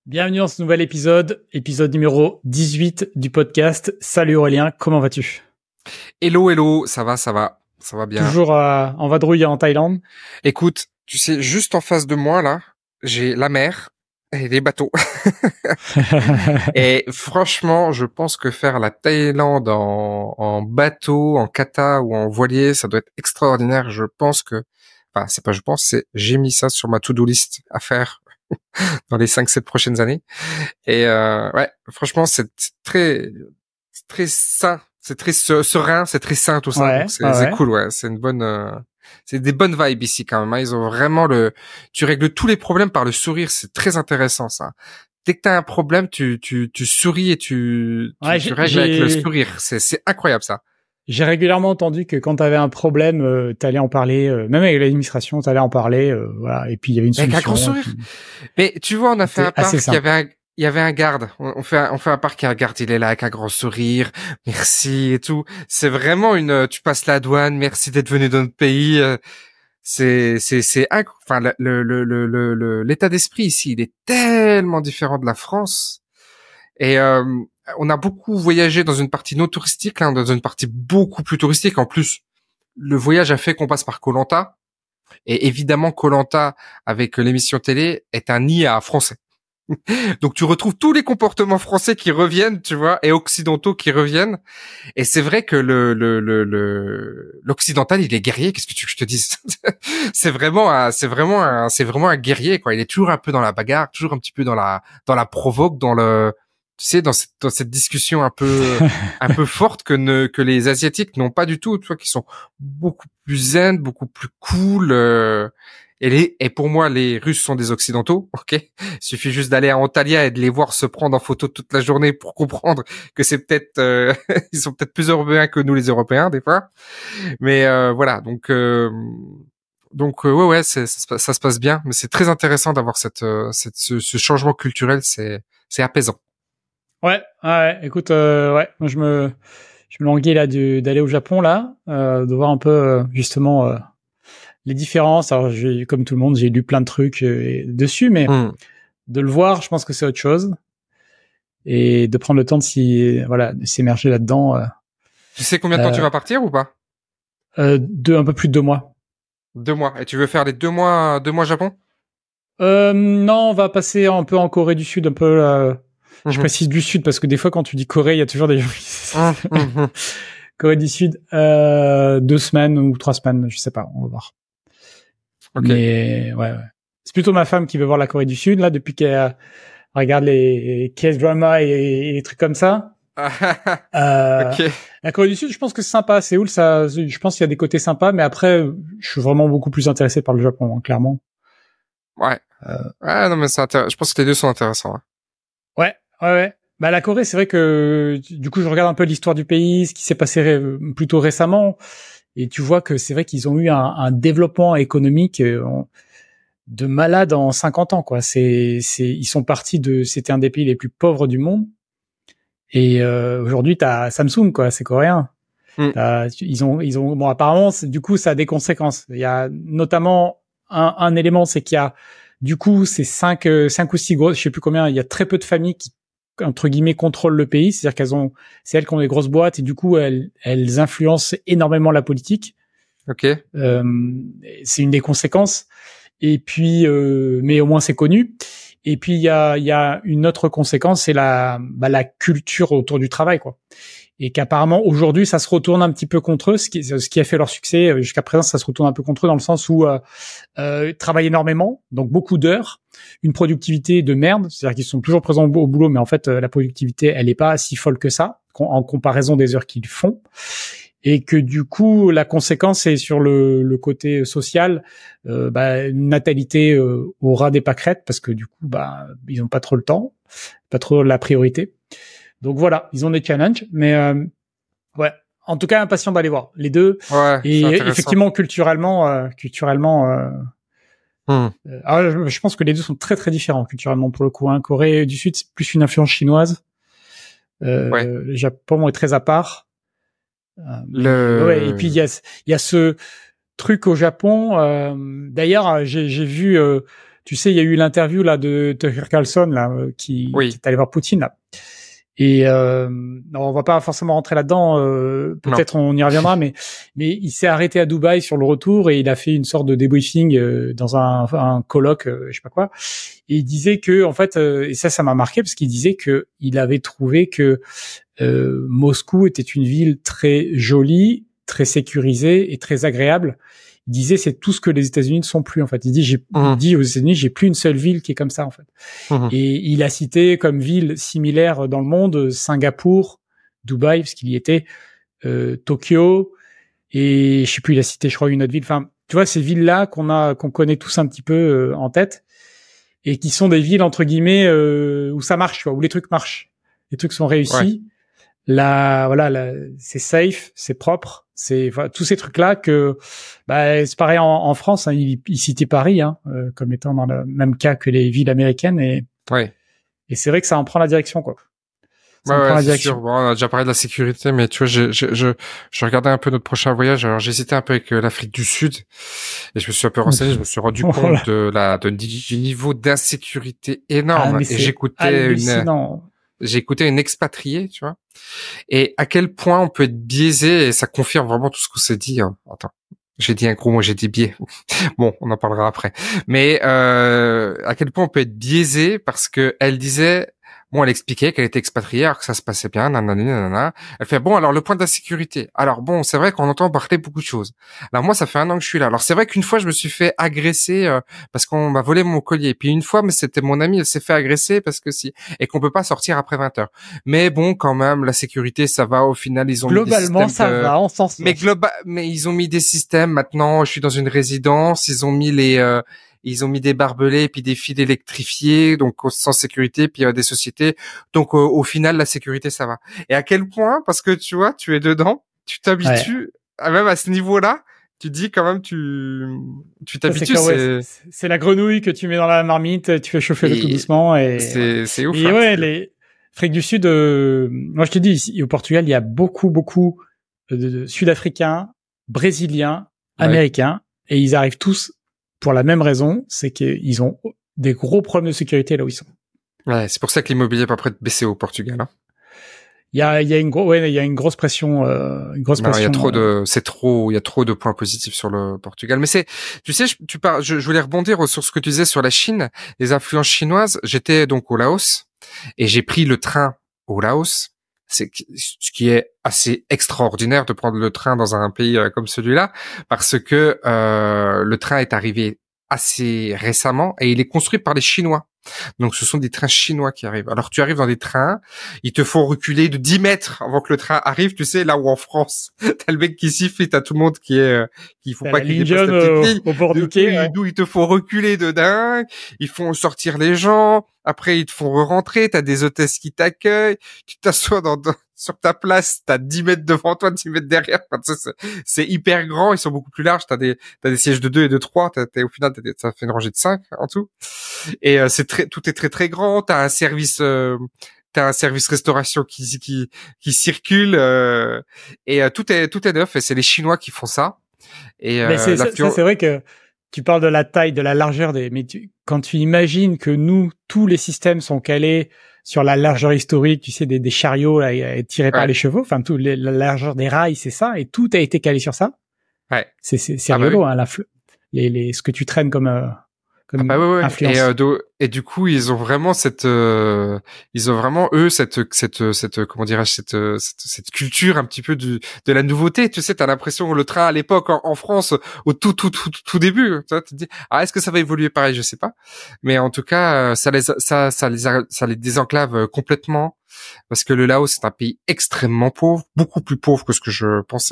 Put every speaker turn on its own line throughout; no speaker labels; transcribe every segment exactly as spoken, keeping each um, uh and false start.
Bienvenue dans ce nouvel épisode, épisode numéro dix-huit du podcast. Salut Aurélien, comment vas-tu?
Hello, hello, ça va, ça va, ça va bien.
Toujours euh, en vadrouille en Thaïlande?
Écoute, tu sais, juste en face de moi, là, j'ai la mer et les bateaux. Et franchement, je pense que faire la Thaïlande en, en bateau, en kata ou en voilier, ça doit être extraordinaire. Je pense que, enfin, c'est pas je pense, c'est j'ai mis ça sur ma to-do list à faire dans les cinq sept prochaines années. Et euh, ouais, franchement, c'est c'est très c'est très sain, c'est très se- serein, c'est très sain tout ça.
Ouais,
Donc c'est
ouais,
c'est
ouais.
cool, ouais. C'est une bonne, euh, c'est des bonnes vibes ici quand même, hein. Ils ont vraiment le, tu règles tous les problèmes par le sourire. C'est très intéressant ça. Dès que t'as un problème, tu tu tu souris et tu tu,
Ouais,
tu
j'ai,
règles avec le
j'ai,
sourire. C'est c'est incroyable ça.
j'ai régulièrement entendu que quand t'avais un problème, euh, t'allais en parler, euh, même avec l'administration, t'allais en parler, euh, voilà, et puis il y avait une
Avec un grand
solution. Et
sourire.
puis,
Mais tu vois, on a fait
c'était
un
assez
parc, il y
simple.
avait un, il y avait un garde. On on fait un, on fait un parc, il y a un garde, il est là avec un grand sourire. Merci et tout. C'est vraiment une, tu passes la douane, merci d'être venu dans notre pays. euh, C'est, c'est, c'est, inc- enfin, le, le, le, le, le- le- l'état d'esprit ici, il est tellement différent de la France. Et, euh, on a beaucoup voyagé dans une partie non touristique, hein, dans une partie beaucoup plus touristique. En plus, le voyage a fait qu'on passe par koh Et évidemment, koh avec l'émission télé, est un nid à français. Donc tu retrouves tous les comportements français qui reviennent, tu vois, et occidentaux qui reviennent. Et c'est vrai que le le le le- l'occidental, il est guerrier. Qu'est-ce que tu veux que je te dise? C'est vraiment un, c'est vraiment un, c'est vraiment un guerrier, quoi. Il est toujours un peu dans la bagarre, toujours un petit peu dans la dans la provoque, dans le, tu sais, dans cette dans cette discussion un peu un peu forte que ne que les asiatiques n'ont pas du tout, tu vois, qui sont beaucoup plus zen, beaucoup plus cool. euh, et les et pour moi, les Russes sont des occidentaux, ok. Il suffit juste d'aller à Antalya et de les voir se prendre en photo toute la journée pour comprendre que c'est peut-être, euh, ils sont peut-être plus européens que nous les Européens des fois. Mais euh, voilà, donc euh, donc euh, ouais ouais, c'est, ça, se passe- ça se passe bien, mais c'est très intéressant d'avoir cette, euh, cette ce, ce changement culturel, c'est c'est apaisant.
Ouais, ouais, écoute, euh, ouais, moi je me, je me languis là du- d'aller au Japon là, euh, de voir un peu euh, justement euh, les différences. Alors, j'ai, comme tout le monde, j'ai lu plein de trucs euh, dessus, mais
Hmm.
de le voir, je pense que c'est autre chose. Et de prendre le temps de s'y, voilà, de s'immerger là-dedans. Euh,
Tu sais combien de temps tu
euh,
vas partir ou pas?
euh, deux, un peu plus de deux mois.
Deux mois. Et tu veux faire les deux mois deux mois Japon?
Euh, non, on va passer un peu en Corée du Sud, un peu. Euh, je
Mhm.
précise du Sud parce que des fois, quand tu dis Corée, il y a toujours des gens qui.
Mhm, mhm.
Corée du Sud, euh, deux semaines ou trois semaines, je sais pas, on va voir.
Ok.
Mais ouais, ouais. C'est plutôt ma femme qui veut voir la Corée du Sud là depuis qu'elle euh, regarde les K-dramas et, et les trucs comme ça. Euh,
Ok.
la Corée du Sud, je pense que c'est sympa. Séoul, ça, je pense qu'il y a des côtés sympas, mais après, je suis vraiment beaucoup plus intéressé par le Japon, hein, clairement.
Ouais.
Euh,
Ouais, non, mais c'est intéressant. Je pense que les deux sont intéressants, hein.
ouais, ouais, ouais. Bah la Corée, c'est vrai que du coup, je regarde un peu l'histoire du pays, ce qui s'est passé ré- plutôt récemment, et tu vois que c'est vrai qu'ils ont eu un, un développement économique euh, en- de malade en cinquante ans, quoi. C'est, c'est, ils sont partis de, c'était un des pays les plus pauvres du monde, et euh, aujourd'hui, t'as Samsung, quoi, c'est coréen.
Hmm.
T'as- ils ont, ils ont, bon, apparemment, c'est- du coup, ça a des conséquences. Il y a notamment un, un élément, c'est qu'il y a, du coup, c'est cinq, euh, cinq ou six grosses, je sais plus combien, il y a très peu de familles qui, entre guillemets, contrôlent le pays. C'est-à-dire qu'elles ont, c'est elles qui ont des grosses boîtes et du coup, elles, elles influencent énormément la politique.
Ok.
Euh, c'est une des conséquences. Et puis, euh, mais au moins c'est connu. Et puis il y a, il y a une autre conséquence, c'est la, bah, la culture autour du travail, quoi. Et qu'apparemment aujourd'hui ça se retourne un petit peu contre eux, ce qui, ce qui a fait leur succès jusqu'à présent, ça se retourne un peu contre eux dans le sens où euh, euh, travaillent énormément, donc beaucoup d'heures, une productivité de merde, c'est-à-dire qu'ils sont toujours présents au au boulot, mais en fait euh, la productivité elle est pas si folle que ça en comparaison des heures qu'ils font. Et que du coup la conséquence est sur le, le côté social, euh, bah, une natalité euh, au ras des pâquerettes parce que du coup bah ils ont pas trop le temps, pas trop la priorité. Donc voilà, ils ont des challenges, mais euh, ouais, en tout cas impatient d'aller voir les deux.
Ouais, c'est
Et
intéressant.
effectivement culturellement, euh, culturellement, euh,
Hmm.
euh, alors, je, je pense que les deux sont très très différents culturellement pour le coup. Hein. Corée du Sud c'est plus une influence chinoise,
Ouais.
euh, le Japon est très à part. Euh, mais ouais, ouais, et puis il
Le.
y a il y a ce truc au Japon. Euh, d'ailleurs, j'ai, j'ai vu, euh, tu sais, il y a eu l'interview là de Tucker Carlson là euh, qui,
Oui.
qui est allé voir Poutine là. Et euh, non, on va pas forcément rentrer là-dedans. Euh, peut-être on y reviendra, mais mais il s'est arrêté à Dubaï sur le retour et il a fait une sorte de débriefing euh, dans un, un colloque, euh, je sais pas quoi. Et il disait que en fait, euh, et ça, ça m'a marqué parce qu'il disait que il avait trouvé que euh, Moscou était une ville très jolie, très sécurisée et très agréable. Il disait c'est tout ce que les États-Unis ne sont plus en fait. Il dit j'ai
Mmh.
il dit aux États-Unis j'ai plus une seule ville qui est comme ça en fait.
Mmh.
Et il a cité comme ville similaire dans le monde Singapour, Dubaï parce qu'il y était, euh, Tokyo et je sais plus il a cité je crois une autre ville. Enfin tu vois ces villes là qu'on a qu'on connaît tous un petit peu euh, en tête et qui sont des villes entre guillemets euh, où ça marche tu vois où les trucs marchent, les trucs sont réussis. Ouais. Là, voilà, là, c'est safe, c'est propre, c'est enfin, tous ces trucs-là que, bah, c'est pareil en, en France. Hein, il, il citait Paris hein, euh, comme étant dans le même cas que les villes américaines et
ouais.
et c'est vrai que ça en prend la direction quoi.
Ça ouais, en prend ouais, la direction. Sûr. Bon, on a déjà parlé de la sécurité, mais tu vois, je je je, je regardais un peu notre prochain voyage. Alors j'hésitais un peu avec euh, l'Afrique du Sud et je me suis un peu renseigné. Je me suis rendu compte voilà. de la de, du niveau d'insécurité énorme
ah,
et j'écoutais
hallucinant.
une j'ai écouté une expatriée, tu vois. Et à quel point on peut être biaisé, et ça confirme vraiment tout ce qu'on s'est dit. Hein. Attends, j'ai dit un gros mot, j'ai dit biais. Bon, on en parlera après. Mais euh, à quel point on peut être biaisé parce que elle disait, bon, elle expliquait qu'elle était expatriée, alors que ça se passait bien, nanana, nanana. Elle fait, bon, alors le point de la sécurité. Alors bon, c'est vrai qu'on entend parler beaucoup de choses. Alors moi, ça fait un an que je suis là. Alors c'est vrai qu'une fois, je me suis fait agresser euh, parce qu'on m'a volé mon collier. Puis une fois, mais c'était mon ami, elle s'est fait agresser parce que si, et qu'on peut pas sortir après vingt heures. Mais bon, quand même, la sécurité, ça va. Au final, ils ont
globalement,
mis des systèmes
ça
de...
va, on s'en sort.
Mais global, mais ils ont mis des systèmes. Maintenant, je suis dans une résidence. Ils ont mis les euh, Ils ont mis des barbelés puis des fils électrifiés, donc sans sécurité, puis euh, des sociétés. Donc euh, au final, la sécurité, ça va. Et à quel point, parce que tu vois, tu es dedans, tu t'habitues, ouais. à même à ce niveau-là, tu dis quand même, tu tu t'habitues.
Ça, c'est,
c'est...
Ouais, c'est, c'est la grenouille que tu mets dans la marmite, tu fais chauffer et le tout doucement. Et
c'est,
ouais.
c'est ouf.
Et
hein,
ouais,
c'est...
les Afrique du Sud, euh, moi je te dis, ici, au Portugal, il y a beaucoup, beaucoup de, de Sud-Africains, Brésiliens, ouais. Américains, et ils arrivent tous pour la même raison, c'est qu'ils ont des gros problèmes de sécurité là où ils sont.
Ouais, c'est pour ça que l'immobilier est pas prêt de baisser au Portugal. Hein.
Il y a, il y a une grosse, ouais, il y a une grosse pression, euh, une grosse
non,
pression.
Il y a trop de, c'est trop, il y a trop de points positifs sur le Portugal. Mais c'est, tu sais, je, tu parles, je, je voulais rebondir sur ce que tu disais sur la Chine, les influences chinoises. J'étais donc au Laos et j'ai pris le train au Laos. C'est ce qui est assez extraordinaire de prendre le train dans un pays comme celui-là, parce que euh, le train est arrivé assez récemment et il est construit par les Chinois. Donc ce sont des trains chinois qui arrivent. Alors tu arrives dans des trains, ils te font reculer de dix mètres avant que le train arrive, tu sais, là où en France, t'as le mec qui siffle et t'as tout le monde qui est, euh, qui faut
t'as
pas qu'il dépasse la petite ligne.
Au bord du quai, ouais.
D'où ils te font reculer de dingue, ils font sortir les gens, après ils te font re-rentrer, t'as des hôtesses qui t'accueillent, tu t'assois dans, dans sur ta place, t'as dix mètres devant toi, dix mètres derrière. Enfin, c'est, c'est hyper grand, ils sont beaucoup plus larges. T'as des, t'as des sièges de deux et de trois. T'as, t'as, au final, t'as des, ça fait une rangée de cinq en tout. Et euh, c'est très, tout est très très grand. T'as un service, euh, t'as un service restauration qui qui qui circule euh, et euh, tout est tout est neuf. Et c'est les Chinois qui font ça. Et euh,
mais c'est, ça, ça, c'est vrai que tu parles de la taille, de la largeur des, mais tu, quand tu imagines que nous, tous les systèmes sont calés sur la largeur historique, tu sais, des, des chariots là, tirés ouais. par les chevaux, enfin, tout les, la largeur des rails, c'est ça, et tout a été calé sur ça.
Ouais.
C'est, c'est, c'est
ah
rigolo,
bah oui.
hein, la, les, les, ce que tu traînes comme, euh, comme
ah bah ouais, ouais.
influence.
Et, euh, do, et du coup, ils ont vraiment cette, euh, ils ont vraiment eux cette, cette, cette, comment dirais-je, cette, cette, cette culture un petit peu du, de la nouveauté. Tu sais, t'as l'impression le train à l'époque en, en France au tout, tout, tout, tout début. Tu vois, tu te dis, ah, est-ce que ça va évoluer pareil, je sais pas. Mais en tout cas, ça les, ça, ça les, ça les désenclave complètement parce que le Laos c'est un pays extrêmement pauvre, beaucoup plus pauvre que ce que je pensais.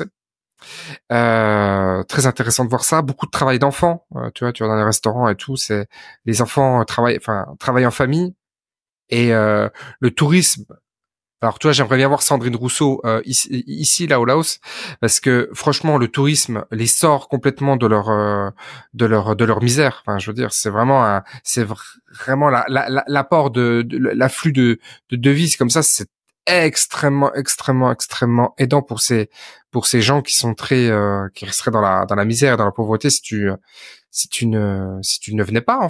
Euh, très intéressant de voir ça. Beaucoup de travail d'enfants. Euh, tu vois, tu vas dans les restaurants et tout. C'est les enfants travaillent, enfin travaillent en famille. Et euh, le tourisme. Alors, tu vois, j'aimerais bien voir Sandrine Rousseau euh, ici, ici, là au Laos, parce que franchement, le tourisme les sort complètement de leur, euh, de leur, de leur misère. Enfin, je veux dire, c'est vraiment, un, c'est vraiment la, la, la, l'apport de, de l'afflux de, de devises comme ça. C'est extrêmement extrêmement extrêmement aidant pour ces pour ces gens qui sont très euh, qui resteraient dans la dans la misère et dans la pauvreté si tu si tu ne si tu ne venais pas en fait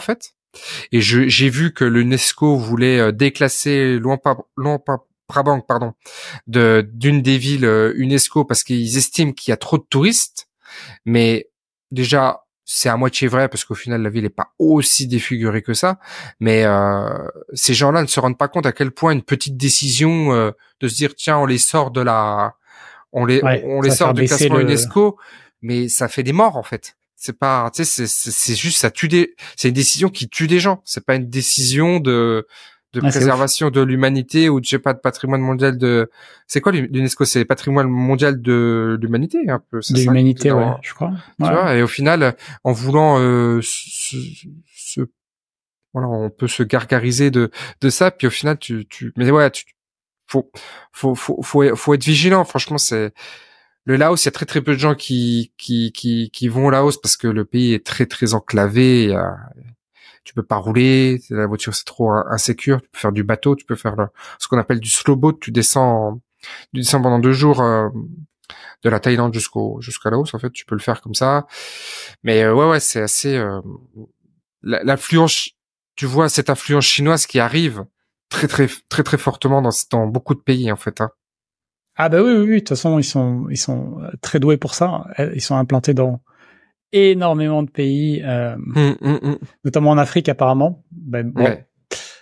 Et je, j'ai vu que l'UNESCO voulait euh, déclasser Luang Prabang, pardon, de d'une des villes euh, UNESCO parce qu'ils estiment qu'il y a trop de touristes. Mais déjà, c'est à moitié vrai parce qu'au final, la ville est pas aussi défigurée que ça. Mais euh, ces gens-là ne se rendent pas compte à quel point une petite décision euh, de se dire tiens, on les sort de la, on les,
Ouais,
on, on
ça
les
va
sort
faire
du
baisser
classement
le.
UNESCO, mais ça fait des morts en fait. C'est pas, tu sais, c'est, c'est, c'est juste ça tue des, c'est une décision qui tue des gens. C'est pas une décision de de
Ouais, c'est ouf.
préservation de l'humanité ou de, je sais pas, de patrimoine mondial de, c'est quoi l'UNESCO? C'est patrimoine mondial de l'humanité, un peu, c'est
De
ça?
l'humanité, ouais,
Dans,
je crois.
tu
Ouais.
vois, et au final, en voulant euh, se, se, voilà, on peut se gargariser de de ça, puis au final, tu, tu, mais ouais, tu, faut, faut, faut, faut, faut être vigilant. Franchement, c'est le Laos. Il y a très très peu de gens qui qui qui qui vont au Laos parce que le pays est très très enclavé. Il y a, tu peux pas rouler, la voiture c'est trop insécure. Tu peux faire du bateau, tu peux faire le, ce qu'on appelle du slow boat. Tu descends, tu descends pendant deux jours. Euh, de la Thaïlande jusqu'au jusqu'à Laos, en fait, tu peux le faire comme ça. Mais euh, ouais, ouais, c'est assez euh, l'influence. Tu vois cette influence chinoise qui arrive très très très très fortement dans dans beaucoup de pays en fait. Hein.
Ah bah oui, oui, oui. De toute façon, ils sont, ils sont très doués pour ça. Ils sont implantés dans énormément de pays, euh,
Hum, hum, hum.
notamment en Afrique apparemment. Ben bon.
Ouais.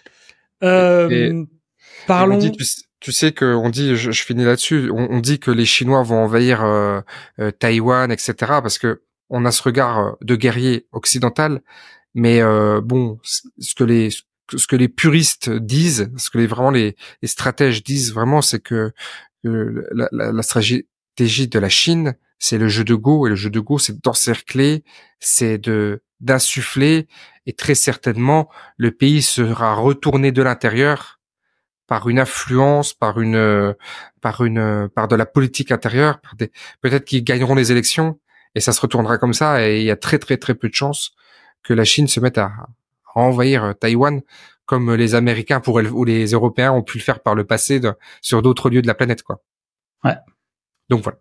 Et,
Euh,
et on dit,
parlons.
tu, tu sais que on dit, je, je finis là-dessus, on, on dit que les Chinois vont envahir euh, euh, Taïwan, et cetera. Parce que on a ce regard de guerrier occidental, mais euh, bon, ce que les ce que les puristes disent, ce que les vraiment les, les stratèges disent vraiment, c'est que euh, la, la, la stratégie de la Chine, c'est le jeu de Go, et le jeu de Go, c'est d'encercler, c'est de d'insuffler, et très certainement, le pays sera retourné de l'intérieur par une influence, par une, euh, par une, euh, par de la politique intérieure, par des, peut-être qu'ils gagneront les élections, et ça se retournera comme ça, et il y a très très très peu de chances que la Chine se mette à, à envahir Taïwan, comme les Américains pourraient, ou les Européens ont pu le faire par le passé de, sur d'autres lieux de la planète, quoi.
Ouais.
Donc voilà.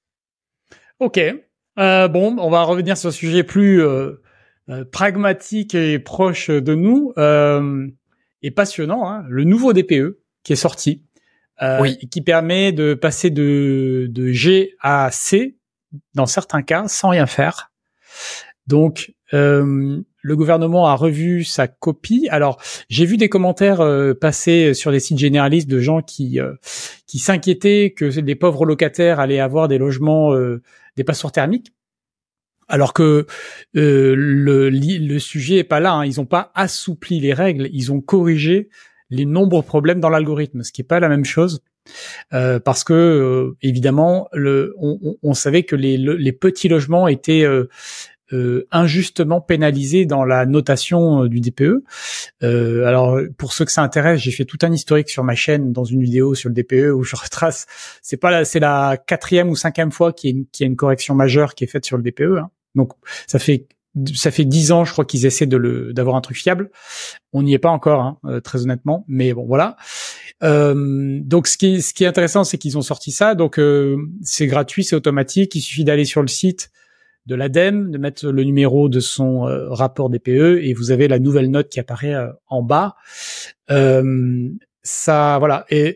Ok. Euh, bon, on va revenir sur un sujet plus euh, euh, pragmatique et proche de nous euh, et passionnant. Hein, le nouveau D P E qui est sorti euh,
Oui.
et qui permet de passer de, de G à C dans certains cas sans rien faire. Donc, euh, le gouvernement a revu sa copie. Alors, j'ai vu des commentaires euh, passer sur des sites généralistes de gens qui euh, qui s'inquiétaient que les pauvres locataires allaient avoir des logements, euh, des passoires thermiques. Alors que euh, le, le sujet est pas là. Hein. Ils n'ont pas assoupli les règles. Ils ont corrigé les nombreux problèmes dans l'algorithme, ce qui est pas la même chose. Euh, parce que euh, évidemment, le, on, on savait que les, le, les petits logements étaient euh, Euh, injustement pénalisé dans la notation euh, du D P E. Euh, alors pour ceux que ça intéresse, j'ai fait tout un historique sur ma chaîne dans une vidéo sur le D P E où je retrace. C'est pas la, c'est la quatrième ou cinquième fois qu'il y a une, qu'il y a une correction majeure qui est faite sur le D P E. Hein. Donc ça fait ça fait dix ans, je crois qu'ils essaient de le d'avoir un truc fiable. On n'y est pas encore, hein, euh, très honnêtement. Mais bon, voilà. Euh, donc ce qui est, ce qui est intéressant, c'est qu'ils ont sorti ça. Donc euh, c'est gratuit, c'est automatique. Il suffit d'aller sur le site de l'ADEME, de mettre le numéro de son euh, rapport D P E et vous avez la nouvelle note qui apparaît euh, en bas. Euh, ça, voilà. Et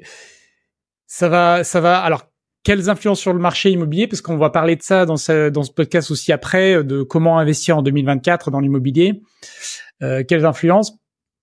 ça va, ça va. Alors, quelles influences sur le marché immobilier? Parce qu'on va parler de ça dans ce, dans ce podcast aussi après, de comment investir en deux mille vingt-quatre dans l'immobilier. Euh, quelles influences?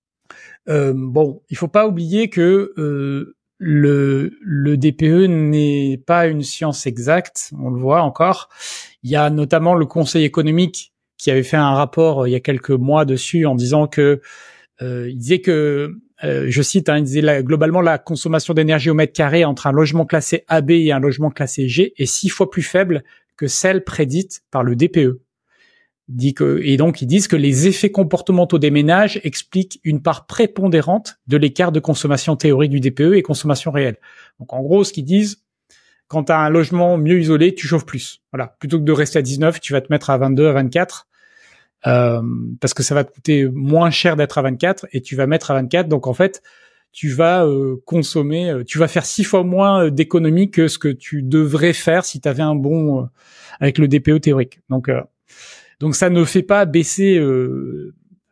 Euh, bon, il faut pas oublier que euh, le, le D P E n'est pas une science exacte, on le voit encore. Il y a notamment le Conseil économique qui avait fait un rapport euh, il y a quelques mois dessus en disant que euh, il disait que euh, je cite, hein, il disait la, globalement la consommation d'énergie au mètre carré entre un logement classé A B et un logement classé G est six fois plus faible que celle prédite par le D P E. Dit que, et donc ils disent que les effets comportementaux des ménages expliquent une part prépondérante de l'écart de consommation théorique du D P E et consommation réelle. Donc en gros, ce qu'ils disent, quand tu as un logement mieux isolé, tu chauffes plus. Voilà, plutôt que de rester à dix-neuf, tu vas te mettre à vingt-deux, à vingt-quatre, euh, parce que ça va te coûter moins cher d'être à vingt-quatre et tu vas mettre à vingt-quatre. Donc en fait, tu vas euh, consommer, euh, tu vas faire six fois moins euh, d'économies que ce que tu devrais faire si tu avais un bon euh, avec le D P E théorique. Donc euh, donc ça ne fait pas baisser euh,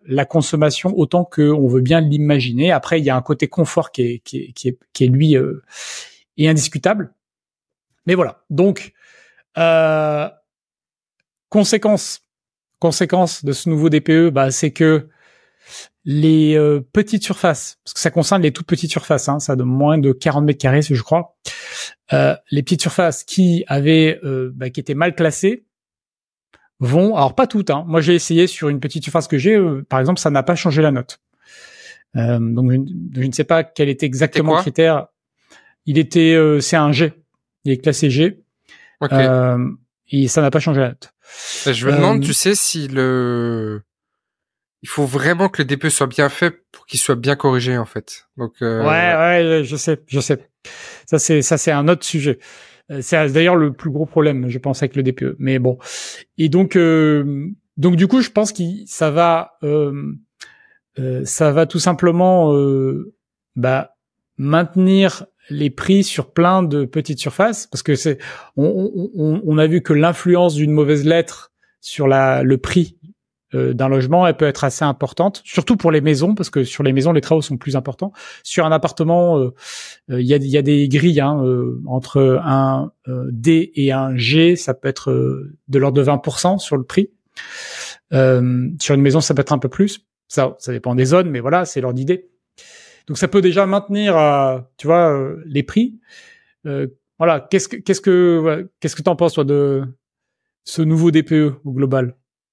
la consommation autant qu'on veut bien l'imaginer. Après, il y a un côté confort qui est, qui est, qui est, qui est lui, euh, est indiscutable. Mais voilà. Donc, euh, conséquence, conséquence de ce nouveau D P E, bah, c'est que les euh, petites surfaces, parce que ça concerne les toutes petites surfaces, hein, ça de moins de quarante mètres carrés, je crois, euh, les petites surfaces qui avaient, euh, bah, qui étaient mal classées, vont, alors pas toutes, hein. Moi j'ai essayé sur une petite surface que j'ai, euh, par exemple, ça n'a pas changé la note. Euh, donc je, je ne sais pas quel était exactement le critère. Il était, euh, c'est un G, il est classé G,
okay.
euh, et ça n'a pas changé la note.
Je me euh, demande, tu sais, si le, il faut vraiment que le D P E soit bien fait pour qu'il soit bien corrigé en fait. Donc euh...
ouais, ouais, je sais, je sais. Ça c'est, ça c'est un autre sujet. C'est d'ailleurs le plus gros problème, je pense, avec le D P E. Mais bon. Et donc, euh, donc du coup, je pense que ça va, euh, euh, ça va tout simplement, euh, bah, maintenir les prix sur plein de petites surfaces, parce que c'est, on, on, on a vu que l'influence d'une mauvaise lettre sur la, le prix Euh, d'un logement, elle peut être assez importante, surtout pour les maisons, parce que sur les maisons, les travaux sont plus importants. Sur un appartement, il euh, euh, y, a, y a des grilles hein, euh, entre un euh, D et un G, ça peut être euh, de l'ordre de vingt pour cent sur le prix. Euh, sur une maison, ça peut être un peu plus. Ça, ça dépend des zones, mais voilà, c'est l'ordre d'idée. Donc ça peut déjà maintenir, euh, tu vois, euh, les prix. Euh, voilà, qu'est-ce que qu'est-ce que voilà, qu'est-ce que t'en penses toi de ce nouveau D P E au global?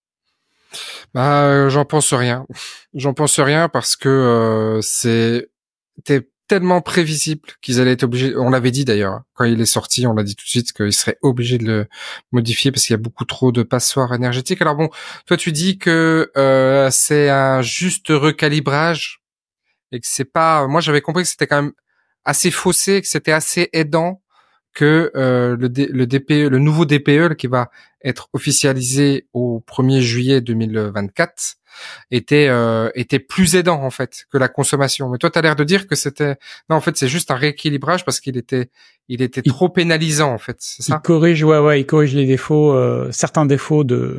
Bah, euh, j'en pense rien. J'en pense rien parce que euh, c'est c'était tellement prévisible qu'ils allaient être obligés. On l'avait dit d'ailleurs quand il est sorti, on l'a dit tout de suite qu'ils seraient obligés de le modifier parce qu'il y a beaucoup trop de passoires énergétiques. Alors bon, toi tu dis que euh, c'est un juste recalibrage et que c'est pas. Moi j'avais compris que c'était quand même assez faussé, que c'était assez aidant. Que euh, le, D, le D P E, le nouveau D P E qui va être officialisé au premier juillet deux mille vingt-quatre était euh, était plus aidant en fait que la consommation. Mais toi tu as l'air de dire que c'était non en fait c'est juste un rééquilibrage parce qu'il était il était il, trop pénalisant en fait, c'est ça?
Il corrige ouais ouais, il corrige les défauts euh, certains défauts de,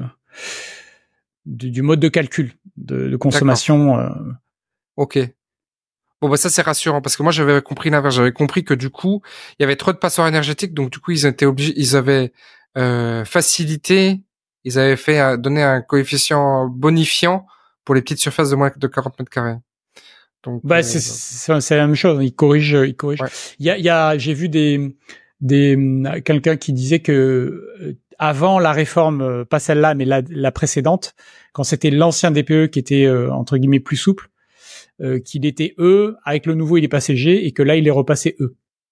de du mode de calcul de, de consommation euh...
OK. Bon bah ça c'est rassurant parce que moi j'avais compris l'inverse, j'avais compris que du coup il y avait trop de passoires énergétiques donc du coup ils étaient obligés, ils avaient euh, facilité, ils avaient fait euh, donner un coefficient bonifiant pour les petites surfaces de moins de quarante mètres carrés. Donc
bah
euh,
c'est c'est, c'est la même chose, il corrige il corrige. Ouais. Il y a il y a j'ai vu des des quelqu'un qui disait que euh, avant la réforme, pas celle-là mais la la précédente, quand c'était l'ancien D P E qui était euh, entre guillemets plus souple, Euh, qu'il était E, avec le nouveau il est passé G, et que là il est repassé E.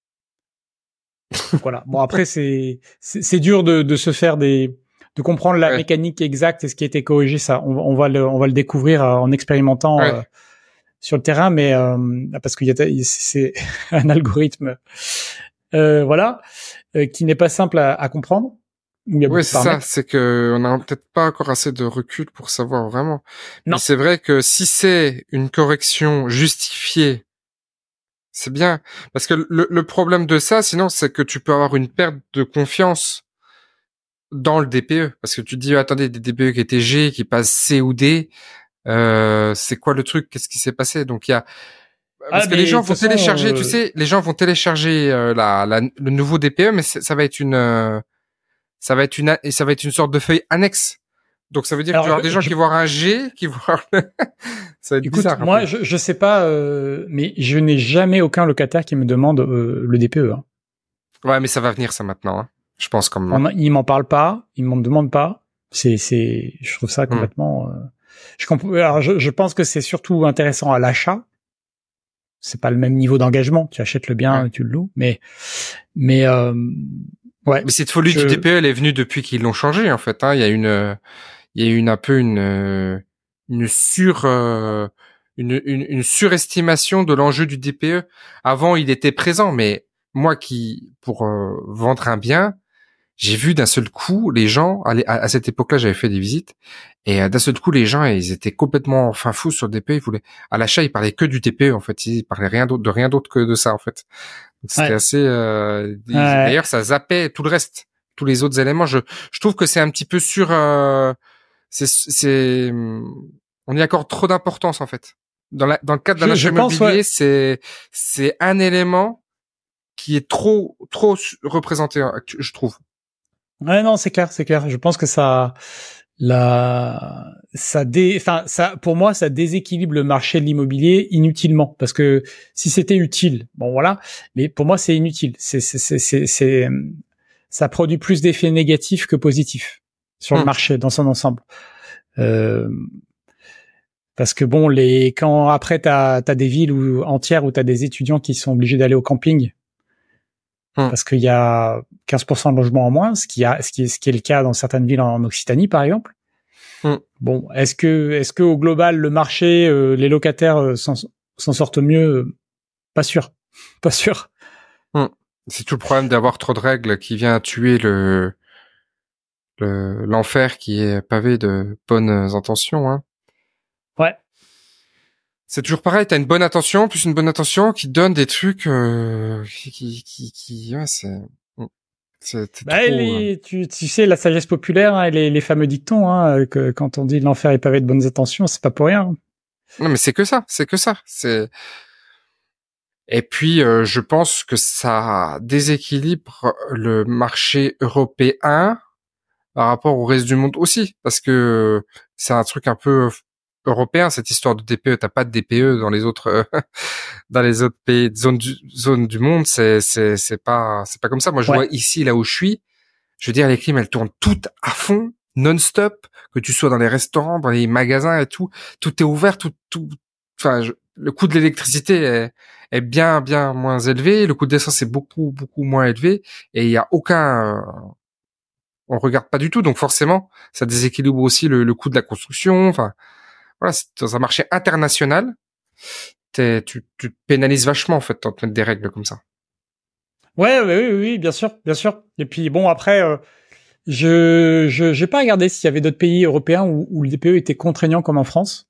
Voilà. Bon après c'est c'est, c'est dur de, de se faire des de comprendre la ouais. mécanique exacte et ce qui a été corrigé. Ça, on, on va le on va le découvrir en expérimentant ouais. euh, sur le terrain, mais euh, parce qu'il y a c'est un algorithme euh, voilà euh, qui n'est pas simple à, à comprendre.
Oui, c'est ça, c'est que on n'a peut-être pas encore assez de recul pour savoir vraiment. Non. Mais c'est vrai que si c'est une correction justifiée, c'est bien. Parce que le, le problème de ça, sinon, c'est que tu peux avoir une perte de confiance dans le D P E. Parce que tu te dis, attendez, des D P E qui étaient G, qui passent C ou D, euh, c'est quoi le truc? Qu'est-ce qui s'est passé? Donc il y a parce ah, que les gens vont télécharger, euh... tu sais, les gens vont télécharger euh, la, la, le nouveau D P E, mais ça va être une euh, ça va être une et ça va être une sorte de feuille annexe. Donc ça veut dire qu'il y aura des gens je... qui vont avoir un G, qui vont avoir le... ça va être
Écoute,
bizarre.
Moi, je, je sais pas, euh, mais je n'ai jamais aucun locataire qui me demande euh, le D P E. Hein.
Ouais, mais ça va venir ça maintenant. Hein. Je pense comme.
On, il m'en parle pas, il m'en demande pas. C'est, c'est, je trouve ça complètement. Hmm. Euh, je comprends. Alors, je, je pense que c'est surtout intéressant à l'achat. C'est pas le même niveau d'engagement. Tu achètes le bien, ouais. tu le loues, mais, mais. Euh, Ouais.
Mais cette folie je... du D P E, elle est venue depuis qu'ils l'ont changé en fait. Hein. Il y a une, il y a une un peu une, une sur, euh, une, une, une surestimation de l'enjeu du D P E. Avant, il était présent, mais moi qui pour euh, vendre un bien, j'ai vu d'un seul coup les gens. À, à cette époque-là, j'avais fait des visites et euh, d'un seul coup, les gens, ils étaient complètement fin fous sur le D P E. Ils voulaient à l'achat, ils parlaient que du D P E en fait. Ils parlaient rien d'autre, de rien d'autre que de ça en fait. C'était ouais. assez. Euh, ouais. D'ailleurs, ça zappait tout le reste, tous les autres éléments. Je, je trouve que c'est un petit peu sur. Euh, c'est, c'est. On y accorde trop d'importance en fait. Dans, la, dans le cadre d'un achat immobilier, ouais. c'est c'est un élément qui est trop trop représenté, je trouve.
Ouais, non, c'est clair, c'est clair. Je pense que ça, la, ça dé, enfin, ça, pour moi, ça déséquilibre le marché de l'immobilier inutilement, parce que si c'était utile, bon voilà, mais pour moi, c'est inutile. C'est, c'est, c'est, c'est, c'est ça produit plus d'effets négatifs que positifs sur hum. le marché dans son ensemble. Euh, Parce que bon, les quand après t'as t'as des villes où entières où t'as des étudiants qui sont obligés d'aller au camping hum. parce qu'il y a quinze pour cent de logements en moins, ce qui a ce qui est ce qui est le cas dans certaines villes en Occitanie par exemple. Hum. Bon, est-ce que est-ce que au global le marché, euh, les locataires euh, s'en, s'en sortent mieux? Pas sûr, pas sûr.
Hum. C'est tout le problème d'avoir trop de règles qui vient tuer le le l'enfer qui est pavé de bonnes intentions, hein.
Ouais.
C'est toujours pareil, t'as une bonne intention, plus une bonne intention qui donne des trucs euh, qui, qui, qui, qui, ouais, c'est, c'est, c'est
bah,
trop.
Les, tu, tu sais, la sagesse populaire, hein, les, les fameux dictons, hein, que quand on dit l'enfer est pavé de bonnes intentions, c'est pas pour rien.
Non, mais c'est que ça, c'est que ça, c'est. Et puis, euh, je pense que ça déséquilibre le marché européen par rapport au reste du monde aussi, parce que c'est un truc un peu européen, cette histoire de D P E. T'as pas de D P E dans les autres euh, dans les autres pays zones du zones du monde. C'est c'est c'est pas c'est pas comme ça. Moi, je ouais. vois ici là où je suis. Je veux dire, les clims, elles tournent toutes à fond, non-stop. Que tu sois dans les restaurants, dans les magasins et tout, tout est ouvert, tout tout. Enfin, je, le coût de l'électricité est, est bien bien moins élevé. Le coût de l'essence est beaucoup beaucoup moins élevé. Et il y a aucun euh, on regarde pas du tout. Donc forcément, ça déséquilibre aussi le, le coût de la construction. Enfin. Voilà, c'est dans un marché international, t'es, tu, tu te pénalises vachement en fait de te mettre des règles comme ça.
Ouais, ouais, oui, oui, bien sûr, bien sûr. Et puis bon, après, euh, je, je, j'ai pas regardé s'il y avait d'autres pays européens où, où le D P E était contraignant comme en France.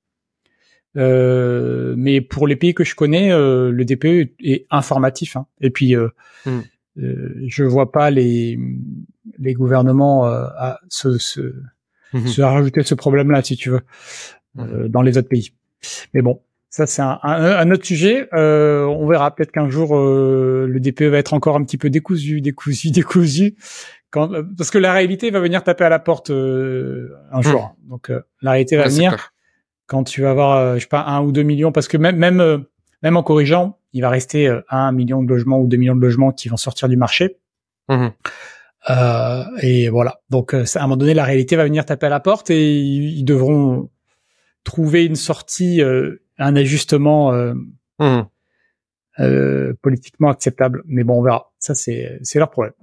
Euh, mais pour les pays que je connais, euh, le D P E est informatif. Hein. Et puis, euh, mm. euh, je vois pas les les gouvernements euh, à se se, mm-hmm. se rajouter ce problème-là, si tu veux. Euh, dans les autres pays. Mais bon, ça c'est un, un, un autre sujet. Euh, on verra peut-être qu'un jour euh, le D P E va être encore un petit peu décousu, décousu, décousu. Quand, euh, parce que la réalité va venir taper à la porte euh, un jour. Mmh. Donc euh, la réalité va ouais, venir quand tu vas avoir, euh, je sais pas, un ou deux millions. Parce que même même euh, même en corrigeant, il va rester euh, un million de logements ou deux millions de logements qui vont sortir du marché. Mmh. Euh, et voilà. Donc euh, à un moment donné, la réalité va venir taper à la porte et ils, ils devront trouver une sortie, euh, un ajustement euh, mmh. euh, politiquement acceptable. Mais bon, on verra. Ça, c'est, c'est leur problème.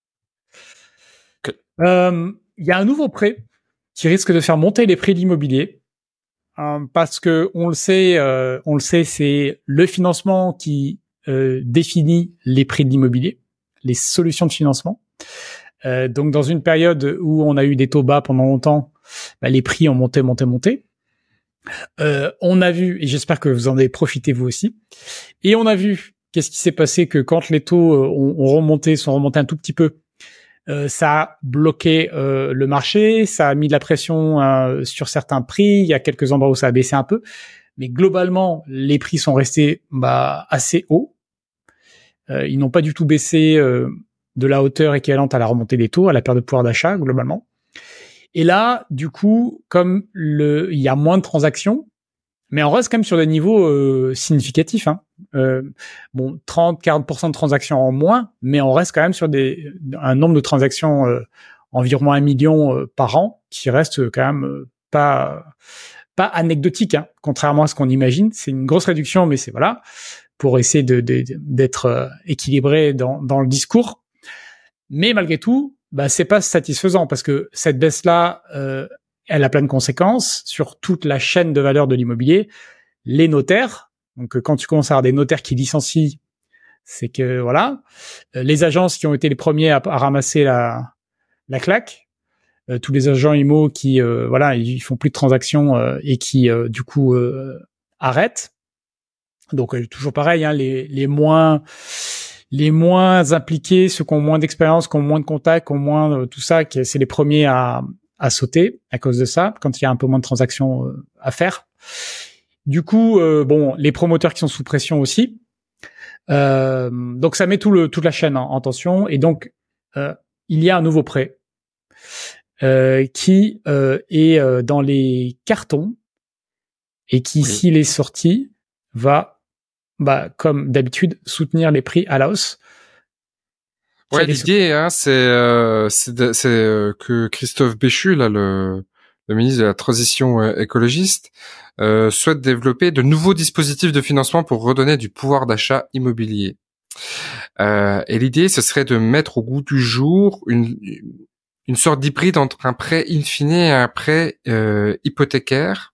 Il okay. euh, y a un nouveau prêt qui risque de faire monter les prix de l'immobilier euh, parce que on le sait, euh, on le sait, c'est le financement qui euh, définit les prix de l'immobilier, les solutions de financement. Euh, donc, dans une période où on a eu des taux bas pendant longtemps, bah, les prix ont monté, monté, monté. Euh, on a vu, et j'espère que vous en avez profité vous aussi, et on a vu qu'est-ce qui s'est passé que quand les taux euh, ont, ont remonté, sont remontés un tout petit peu, euh, ça a bloqué euh, le marché, ça a mis de la pression euh, sur certains prix, il y a quelques endroits où ça a baissé un peu, mais globalement, les prix sont restés bah, assez hauts. Euh, ils n'ont pas du tout baissé euh, de la hauteur équivalente à la remontée des taux, à la perte de pouvoir d'achat globalement. Et là, du coup, comme le, il y a moins de transactions, mais on reste quand même sur des niveaux euh, significatifs. Hein. Euh, bon, trente à quarante pour cent de transactions en moins, mais on reste quand même sur des, un nombre de transactions euh, environ un million euh, par an, qui reste quand même euh, pas pas anecdotique, hein, contrairement à ce qu'on imagine. C'est une grosse réduction, mais c'est voilà pour essayer de, de, d'être euh, équilibré dans, dans le discours. Mais malgré tout, bah c'est pas satisfaisant parce que cette baisse-là, euh, elle a plein de conséquences sur toute la chaîne de valeur de l'immobilier. Les notaires, donc quand tu commences à avoir des notaires qui licencient, c'est que voilà, les agences qui ont été les premiers à, à ramasser la la claque, euh, tous les agents immo qui euh, voilà, ils font plus de transactions euh, et qui euh, du coup euh, arrêtent. Donc euh, toujours pareil, hein, les les moins les moins impliqués, ceux qui ont moins d'expérience, qui ont moins de contacts, qui ont moins euh, tout ça, c'est les premiers à, à sauter à cause de ça, quand il y a un peu moins de transactions euh, à faire. Du coup, euh, bon, les promoteurs qui sont sous pression aussi. Euh, donc ça met tout le toute la chaîne en, en tension, et donc euh, il y a un nouveau prêt euh, qui euh, est euh, dans les cartons et qui, oui. s'il est sorti, va, bah, comme d'habitude, soutenir les prix à la hausse.
Ouais, l'idée, hein, c'est euh, c'est, de, c'est euh, que Christophe Béchu, là, le, le ministre de la Transition euh, écologiste, euh, souhaite développer de nouveaux dispositifs de financement pour redonner du pouvoir d'achat immobilier. Euh, et l'idée, ce serait de mettre au goût du jour une, une sorte d'hybride entre un prêt in fine et un prêt euh, hypothécaire.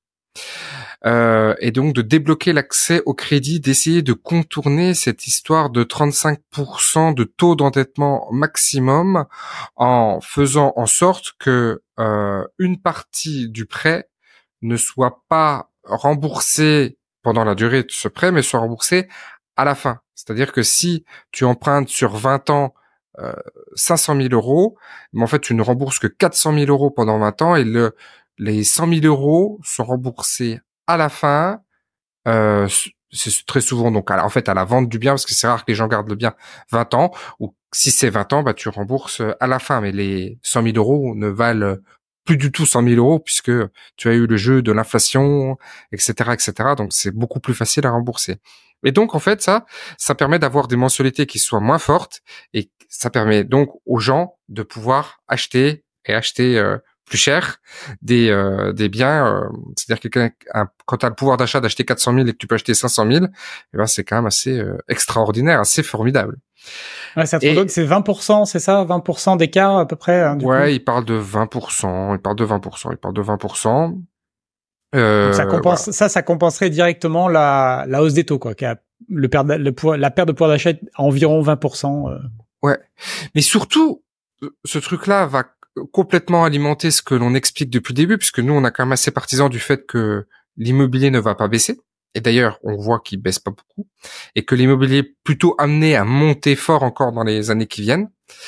Euh, et donc de débloquer l'accès au crédit, d'essayer de contourner cette histoire de trente-cinq pour cent de taux d'endettement maximum en faisant en sorte que euh, une partie du prêt ne soit pas remboursée pendant la durée de ce prêt, mais soit remboursée à la fin. C'est-à-dire que si tu empruntes sur vingt ans euh, cinq cent mille euros, mais en fait tu ne rembourses que quatre cent mille euros pendant vingt ans, et le, les cent mille euros sont remboursés à la fin, euh, c'est très souvent donc à la, en fait à la vente du bien, parce que c'est rare que les gens gardent le bien vingt ans, ou si c'est vingt ans, bah tu rembourses à la fin, mais les cent mille euros ne valent plus du tout cent mille euros puisque tu as eu le jeu de l'inflation, et cetera, et cetera. Donc c'est beaucoup plus facile à rembourser. Et donc en fait ça, ça permet d'avoir des mensualités qui soient moins fortes, et ça permet donc aux gens de pouvoir acheter et acheter euh, plus cher des euh, des biens, euh, c'est-à-dire que quelqu'un un, quand tu as le pouvoir d'achat d'acheter quatre cent mille et que tu peux acheter cinq cent mille, eh ben c'est quand même assez euh, extraordinaire, assez formidable.
Ouais, ça te donne, c'est vingt pour cent, c'est ça, vingt pour cent d'écart à peu près. Hein, du
ouais,
coup.
il parle de vingt pour cent, il parle de vingt pour cent, il parle de vingt pour cent. Euh,
Donc ça compense, voilà. ça, ça compenserait directement la la hausse des taux, quoi, qui a le perte, le pouvoir, la perte de pouvoir d'achat à environ vingt pour cent. Euh.
Ouais, mais surtout, ce truc-là va complètement alimenter ce que l'on explique depuis le début, puisque nous, on a quand même assez partisans du fait que l'immobilier ne va pas baisser. Et d'ailleurs, on voit qu'il baisse pas beaucoup, et que l'immobilier est plutôt amené à monter fort encore dans les années qui viennent.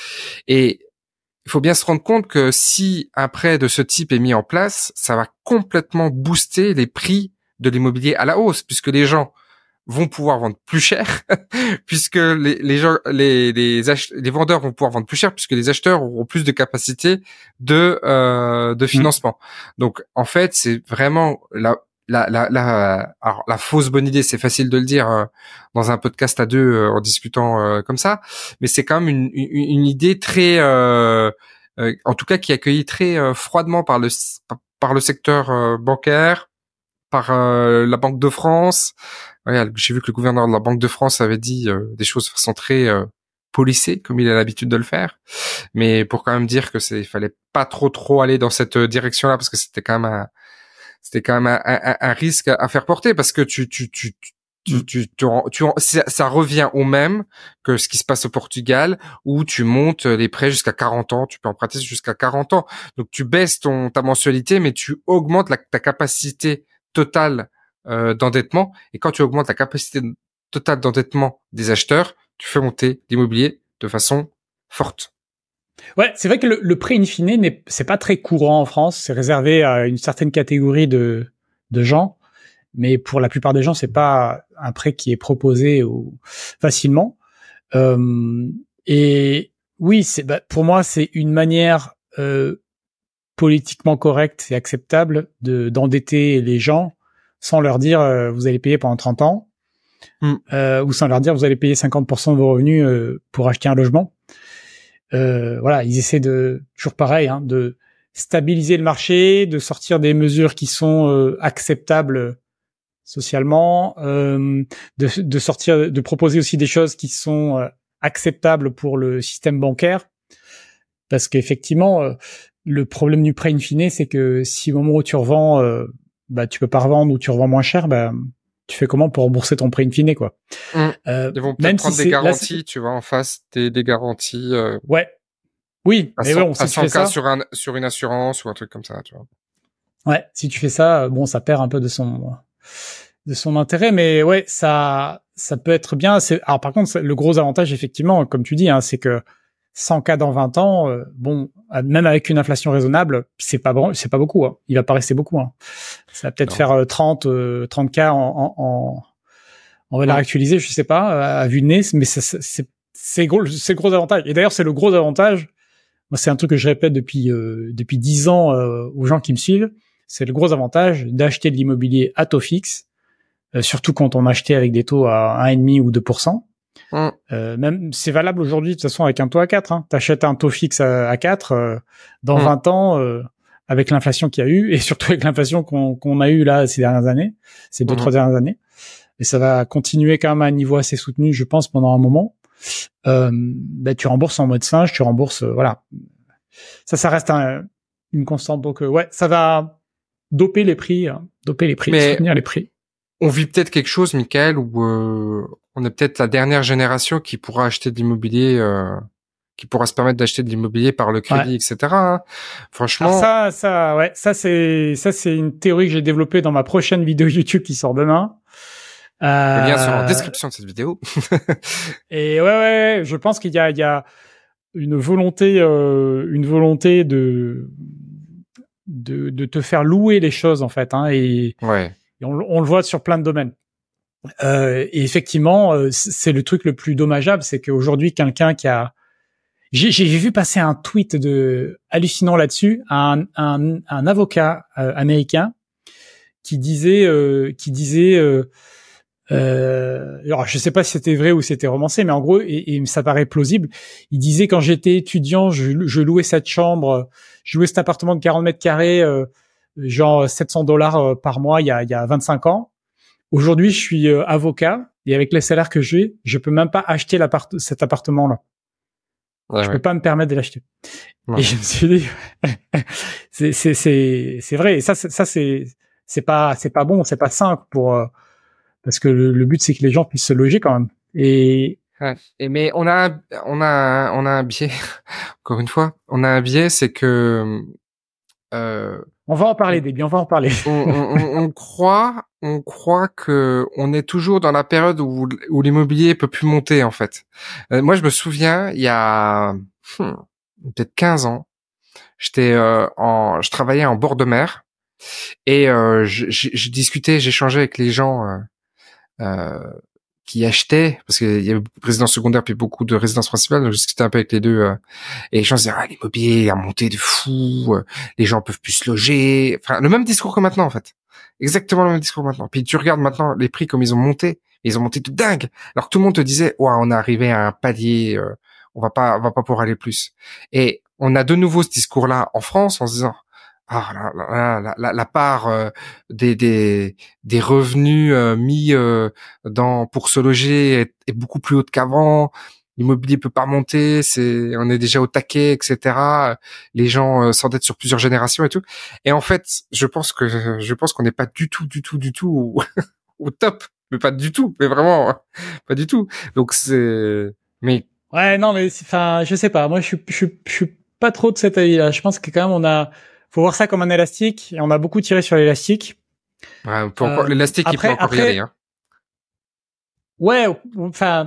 Et il faut bien se rendre compte que si un prêt de ce type est mis en place, ça va complètement booster les prix de l'immobilier à la hausse, puisque les gens vont pouvoir vendre plus cher, puisque les, les gens, les, les, ach- les vendeurs vont pouvoir vendre plus cher, puisque les acheteurs auront plus de capacité de, euh, de financement. Mmh. Donc, en fait, c'est vraiment la, la, la, la, alors, la fausse bonne idée, c'est facile de le dire euh, dans un podcast à deux euh, en discutant euh, comme ça, mais c'est quand même une, une, une idée très, euh, euh, en tout cas, qui est accueillie très euh, froidement par le, par le secteur euh, bancaire, par euh, la Banque de France. Ouais, j'ai vu que le gouverneur de la Banque de France avait dit euh, des choses de façon très euh, policée, comme il a l'habitude de le faire, mais pour quand même dire que c'est, il fallait pas trop trop aller dans cette direction-là, parce que c'était quand même un, c'était quand même un, un, un risque à, à faire porter, parce que tu tu tu tu tu, tu, tu, tu ça revient au même que ce qui se passe au Portugal, où tu montes les prêts jusqu'à quarante ans, tu peux emprunter jusqu'à quarante ans, donc tu baisses ton ta mensualité, mais tu augmentes la, ta capacité totale euh, d'endettement, et quand tu augmentes la capacité totale d'endettement des acheteurs, tu fais monter l'immobilier de façon forte.
Ouais, c'est vrai que le, le prêt in fine, n'est, c'est pas très courant en France, c'est réservé à une certaine catégorie de, de gens, mais pour la plupart des gens, c'est pas un prêt qui est proposé ou, facilement. Euh, et oui, c'est, bah, pour moi, c'est une manière euh, politiquement correcte et acceptable de, d'endetter les gens sans leur dire euh, vous allez payer pendant trente ans, mm. euh, ou sans leur dire vous allez payer cinquante pour cent de vos revenus euh, pour acheter un logement. Euh, voilà, ils essaient de, toujours pareil, hein, de stabiliser le marché, de sortir des mesures qui sont euh, acceptables socialement, euh, de, de sortir, de proposer aussi des choses qui sont euh, acceptables pour le système bancaire, parce qu'effectivement, euh, le problème du prêt in fine, c'est que si au moment où tu revends, euh, bah tu peux pas revendre, ou tu revends moins cher, bah tu fais comment pour rembourser ton prêt in fine, quoi.
Mmh. Euh, Ils vont peut-être même prendre si des garanties, là, tu vois, en face, des, des garanties. Euh,
ouais. Oui,
à
mais
cent,
bon, si
à
tu fais ça
sur un sur une assurance ou un truc comme ça, tu vois.
Ouais, si tu fais ça, bon, ça perd un peu de son de son intérêt, mais ouais, ça ça peut être bien. C'est, alors par contre, le gros avantage, effectivement, comme tu dis, hein, c'est que cent cas dans vingt ans, euh, bon, même avec une inflation raisonnable, c'est pas bon, c'est pas beaucoup. Hein. Il va pas rester beaucoup. Hein. Ça va peut-être non. faire euh, trente, euh, trente cas en, en, en, en valeur actualisée, je sais pas, à vue de nez, mais c'est, c'est, c'est gros, c'est le gros avantage. Et d'ailleurs, c'est le gros avantage. Moi, c'est un truc que je répète depuis euh, depuis dix ans euh, aux gens qui me suivent. C'est le gros avantage d'acheter de l'immobilier à taux fixe, euh, surtout quand on achetait avec des taux à un virgule cinq ou deux pour cent. Mmh. Euh, même c'est valable aujourd'hui de toute façon avec un taux à quatre. Hein. T'achètes un taux fixe à, à quatre euh, dans mmh. vingt ans euh, avec l'inflation qu'il y a eu et surtout avec l'inflation qu'on, qu'on a eu là ces dernières années, ces deux mmh. trois dernières années. Et ça va continuer quand même à un niveau assez soutenu, je pense, pendant un moment. Euh, bah, tu rembourses en mode singe, tu rembourses, euh, voilà. Ça, ça reste un, une constante. Donc euh, ouais, ça va doper les prix, hein, doper les prix,
Mais
soutenir les prix.
On vit peut-être quelque chose, Michael, où euh, on est peut-être la dernière génération qui pourra acheter de l'immobilier, euh, qui pourra se permettre d'acheter de l'immobilier par le crédit, ouais. et cetera. Hein. Franchement,
alors ça, ça, ouais, ça c'est, ça c'est une théorie que j'ai développée dans ma prochaine vidéo YouTube qui sort demain.
Euh... Le lien sera en description de cette vidéo.
Et ouais, ouais, je pense qu'il y a, il y a une volonté, euh, une volonté de, de, de te faire louer les choses en fait, hein, et,
ouais.
et on, on le voit sur plein de domaines. Euh, et effectivement, euh, c'est le truc le plus dommageable, c'est qu'aujourd'hui, quelqu'un qui a, j'ai, j'ai vu passer un tweet de hallucinant là-dessus, un, un, un avocat euh, américain qui disait, euh, qui disait, euh, euh, alors je sais pas si c'était vrai ou c'était romancé, mais en gros, et, et ça paraît plausible. Il disait quand j'étais étudiant, je, je louais cette chambre, je louais cet appartement de quarante mètres carrés, euh, genre sept cents dollars euh, par mois, il y a, il y a vingt-cinq ans. Aujourd'hui, je suis euh, avocat et avec les salaires que j'ai, je peux même pas acheter l'appart- cet appartement-là. Ouais, je ouais. peux pas me permettre de l'acheter. Ouais. Et je me suis dit, c'est c'est c'est c'est vrai. Et ça c'est, ça c'est c'est pas c'est pas bon, c'est pas simple pour euh, parce que le, le but c'est que les gens puissent se loger quand même. Et
ouais. Et mais on a un, on a un, on a un biais. Encore une fois, on a un biais, c'est que
euh, on va en parler, Déby, on va en parler.
on, on, on croit, on croit que on est toujours dans la période où, où l'immobilier peut plus monter en fait. Euh, moi, je me souviens, il y a hmm, peut-être quinze ans, j'étais euh, en, je travaillais en bord de mer et euh, je, je, je discutais, j'échangeais avec les gens euh, euh, qui achetaient, parce qu'il y avait beaucoup de résidences secondaires puis beaucoup de résidences principales, donc je discutais un peu avec les deux, euh, et les gens disaient, ah, l'immobilier a monté de fou, euh, les gens peuvent plus se loger, enfin, le même discours que maintenant, en fait. Exactement le même discours maintenant. Puis tu regardes maintenant les prix comme ils ont monté, ils ont monté de dingue, alors que tout le monde te disait, ouais, on est arrivé à un palier, euh, on va pas, on va pas pouvoir aller plus. Et on a de nouveau ce discours-là en France en se disant, ah la la la, la, la part euh, des des des revenus euh, mis euh, dans pour se loger est, est beaucoup plus haute qu'avant. L'immobilier peut pas monter, c'est on est déjà au taquet, et cetera. Les gens euh, s'endettent sur plusieurs générations et tout. Et en fait, je pense que je pense qu'on n'est pas du tout, du tout, du tout au, au top, mais pas du tout, mais vraiment pas du tout. Donc c'est mais
ouais non mais enfin je sais pas. Moi je suis je suis je suis pas trop de cet avis-là. Je pense que quand même on a faut voir ça comme un élastique et on a beaucoup tiré sur l'élastique.
Ouais, on peut encore, euh, l'élastique après, il peut encore après, y aller. Hein.
Ouais, enfin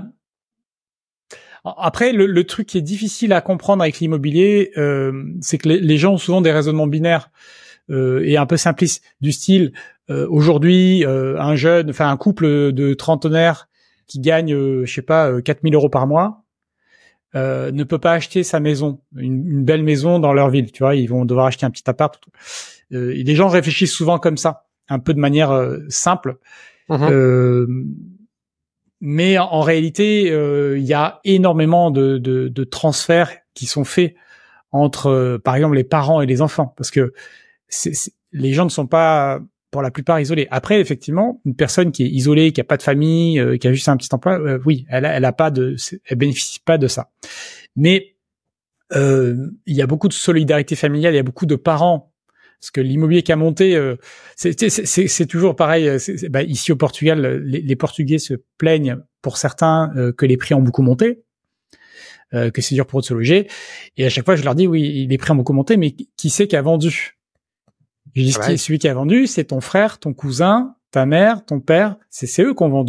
après le, le truc qui est difficile à comprendre avec l'immobilier, euh, c'est que les, les gens ont souvent des raisonnements binaires euh, et un peu simplistes du style euh, aujourd'hui euh, un jeune, enfin un couple de trentenaires qui gagne, euh, je sais pas, euh, quatre mille euros par mois. Euh, ne peut pas acheter sa maison, une, une belle maison dans leur ville, tu vois, ils vont devoir acheter un petit appart. Euh, et les gens réfléchissent souvent comme ça, un peu de manière euh, simple. Mmh. Euh, mais en, en réalité, euh, il y a énormément de, de, de transferts qui sont faits entre, euh, par exemple, les parents et les enfants, parce que c'est, c'est, les gens ne sont pas, pour la plupart, isolés. Après, effectivement, une personne qui est isolée, qui a pas de famille, euh, qui a juste un petit emploi, euh, oui, elle a, elle a pas de, elle bénéficie pas de ça. Mais euh, il y a beaucoup de solidarité familiale, il y a beaucoup de parents, parce que l'immobilier qui a monté, euh, c'est, c'est, c'est, c'est toujours pareil. C'est, c'est, bah, ici au Portugal, les, les Portugais se plaignent pour certains euh, que les prix ont beaucoup monté, euh, que c'est dur pour eux de se loger. Et à chaque fois, je leur dis, oui, les prix ont beaucoup monté, mais qui c'est qui a vendu? Je dis, ah ouais. Celui qui a vendu, c'est ton frère, ton cousin, ta mère, ton père, c'est, c'est eux qui ont vendu.